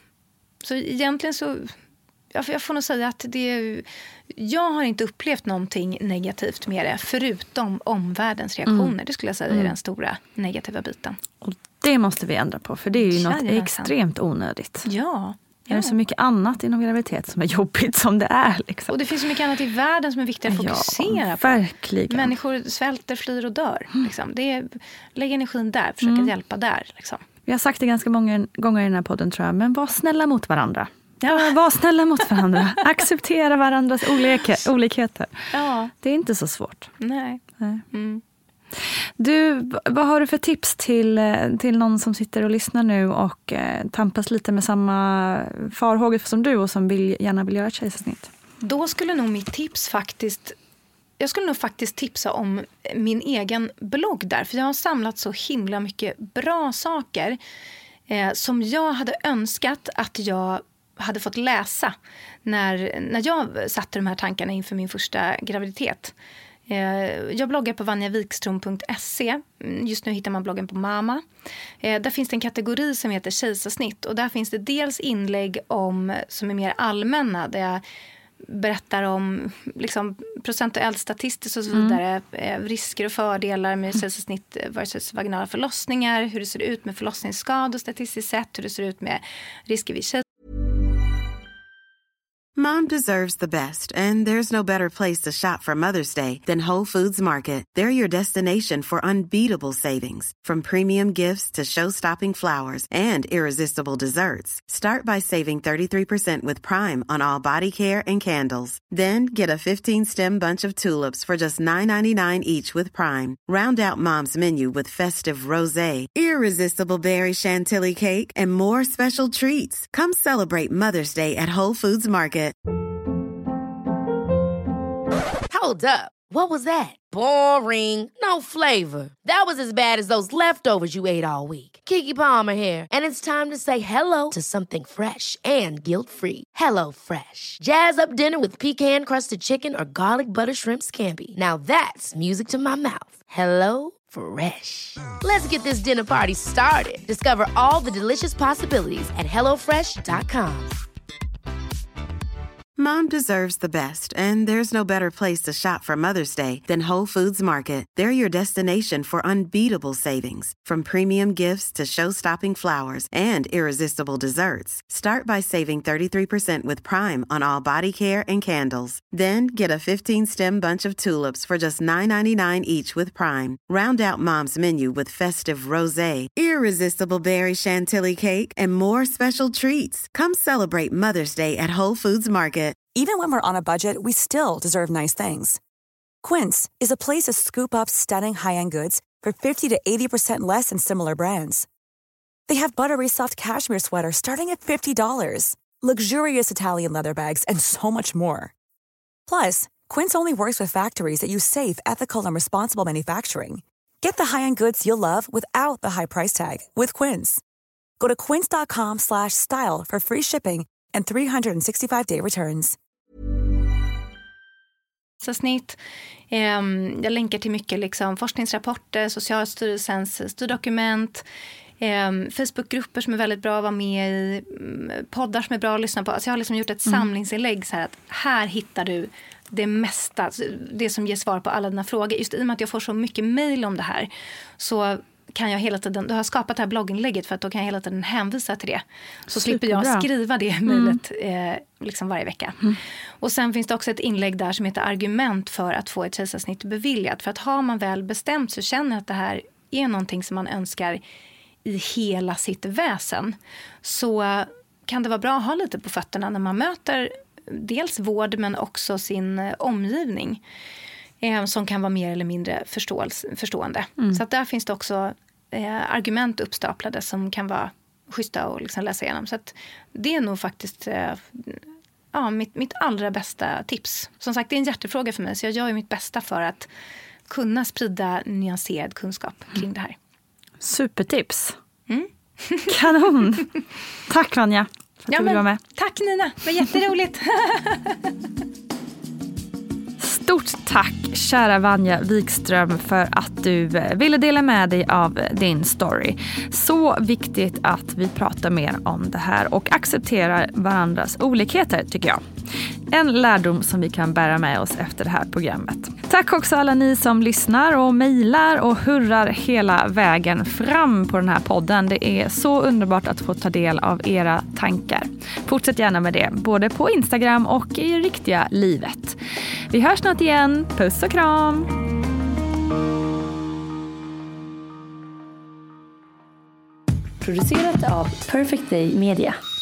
så egentligen så, jag får nog säga att det, jag har inte upplevt någonting negativt med det, förutom omvärldens reaktioner. Mm. Det skulle jag säga är mm. den stora negativa biten. Och det måste vi ändra på, för det är ju något extremt onödigt. Ja. Det är så mycket annat inom graviditet som är jobbigt som det är. Liksom. Och det finns så mycket annat i världen som är viktigt att fokusera ja, på. Verkligen. Människor svälter, flyr och dör. Mm. Liksom. Det är, lägg energin där, försöka mm. hjälpa där. Liksom. Vi har sagt det ganska många gånger i den här podden tror jag, men var snälla mot varandra. Ja. Var snälla mot varandra. Acceptera varandras olika, olikheter. Ja. Det är inte så svårt. Nej. Nej. Mm. Du, vad har du för tips till, till någon som sitter och lyssnar nu och eh, tampas lite med samma farhågor som du och som vill, gärna vill göra ett kejsarsnitt? Då skulle nog mitt tips faktiskt, jag skulle nog faktiskt tipsa om min egen blogg där. För jag har samlat så himla mycket bra saker eh, som jag hade önskat att jag hade fått läsa när, när jag satte de här tankarna inför min första graviditet. Jag bloggar på vanja wikström punkt se. Just nu hittar man bloggen på Mama. Där finns det en kategori som heter kejsarsnitt. Och där finns det dels inlägg om, som är mer allmänna. Där jag berättar om liksom, procentuellt statistiskt och så vidare. Mm. Risker och fördelar med kejsarsnitt versus vaginala förlossningar. Hur det ser ut med förlossningsskador statistiskt sett. Hur det ser ut med risker vid kejsarsnitt. Mom deserves the best, and there's no better place to shop for Mother's Day than Whole Foods Market. They're your destination for unbeatable savings, from premium gifts to show-stopping flowers and irresistible desserts. Start by saving thirty-three percent with Prime on all body care and candles. Then get a fifteen-stem bunch of tulips for just nine ninety-nine each with Prime. Round out Mom's menu with festive rosé, irresistible berry chantilly cake, and more special treats. Come celebrate Mother's Day at Whole Foods Market. Hold up. What was that? Boring. No flavor. That was as bad as those leftovers you ate all week. Keke Palmer here, and it's time to say hello to something fresh and guilt-free. Hello Fresh. Jazz up dinner with pecan-crusted chicken or garlic butter shrimp scampi. Now that's music to my mouth. Hello Fresh. Let's get this dinner party started. Discover all the delicious possibilities at hello fresh dot com. Mom deserves the best, and there's no better place to shop for Mother's Day than Whole Foods Market. They're your destination for unbeatable savings, from premium gifts to show-stopping flowers and irresistible desserts. Start by saving thirty-three percent with Prime on all body care and candles. Then get a fifteen-stem bunch of tulips for just nine ninety-nine each with Prime. Round out Mom's menu with festive rosé, irresistible berry chantilly cake, and more special treats. Come celebrate Mother's Day at Whole Foods Market. Even when we're on a budget, we still deserve nice things. Quince is a place to scoop up stunning high-end goods for fifty to eighty percent less than similar brands. They have buttery soft cashmere sweaters starting at fifty dollars, luxurious Italian leather bags, and so much more. Plus, Quince only works with factories that use safe, ethical, and responsible manufacturing. Get the high-end goods you'll love without the high price tag with Quince. Go to quince dot com slash style for free shipping and three sixty-five day returns. Snitt. Jag länkar till mycket liksom forskningsrapporter, Socialstyrelsens styrdokument, Facebookgrupper som är väldigt bra att vara med i, poddar som är bra att lyssna på. Alltså jag har liksom gjort ett mm. samlingsinlägg så här att här hittar du det mesta, det som ger svar på alla dina frågor. Just i och med att jag får så mycket mejl om det här så kan jag hela tiden, du har skapat det här blogginlägget för att då kan jag hela tiden hänvisa till det. Så slipper jag skriva det mejlet mm. eh, liksom varje vecka. Mm. Och sen finns det också ett inlägg där som heter argument för att få ett kejsarsnitt beviljat. För att har man väl bestämt så känner att det här är någonting som man önskar i hela sitt väsen. Så kan det vara bra att ha lite på fötterna när man möter dels vård men också sin eh, omgivning. Som kan vara mer eller mindre förstående. Mm. Så att där finns det också eh, argument uppstaplade som kan vara schyssta och liksom läsa igenom. Så att det är nog faktiskt eh, ja, mitt, mitt allra bästa tips. Som sagt, det är en hjärtefråga för mig. Så jag gör ju mitt bästa för att kunna sprida nyanserad kunskap kring mm. det här. Supertips. Mm. Kanon. Tack Vanja för att ja, du ville vara med. Tack Nina, det var jätteroligt. Stort tack kära Vanja Wikström för att du ville dela med dig av din story. Så viktigt att vi pratar mer om det här och accepterar varandras olikheter tycker jag. En lärdom som vi kan bära med oss efter det här programmet. Tack också alla ni som lyssnar och mejlar och hurrar hela vägen fram på den här podden. Det är så underbart att få ta del av era tankar. Fortsätt gärna med det, både på Instagram och i riktiga livet. Vi hörs snart igen. Puss och kram! Producerat av Perfect Day Media.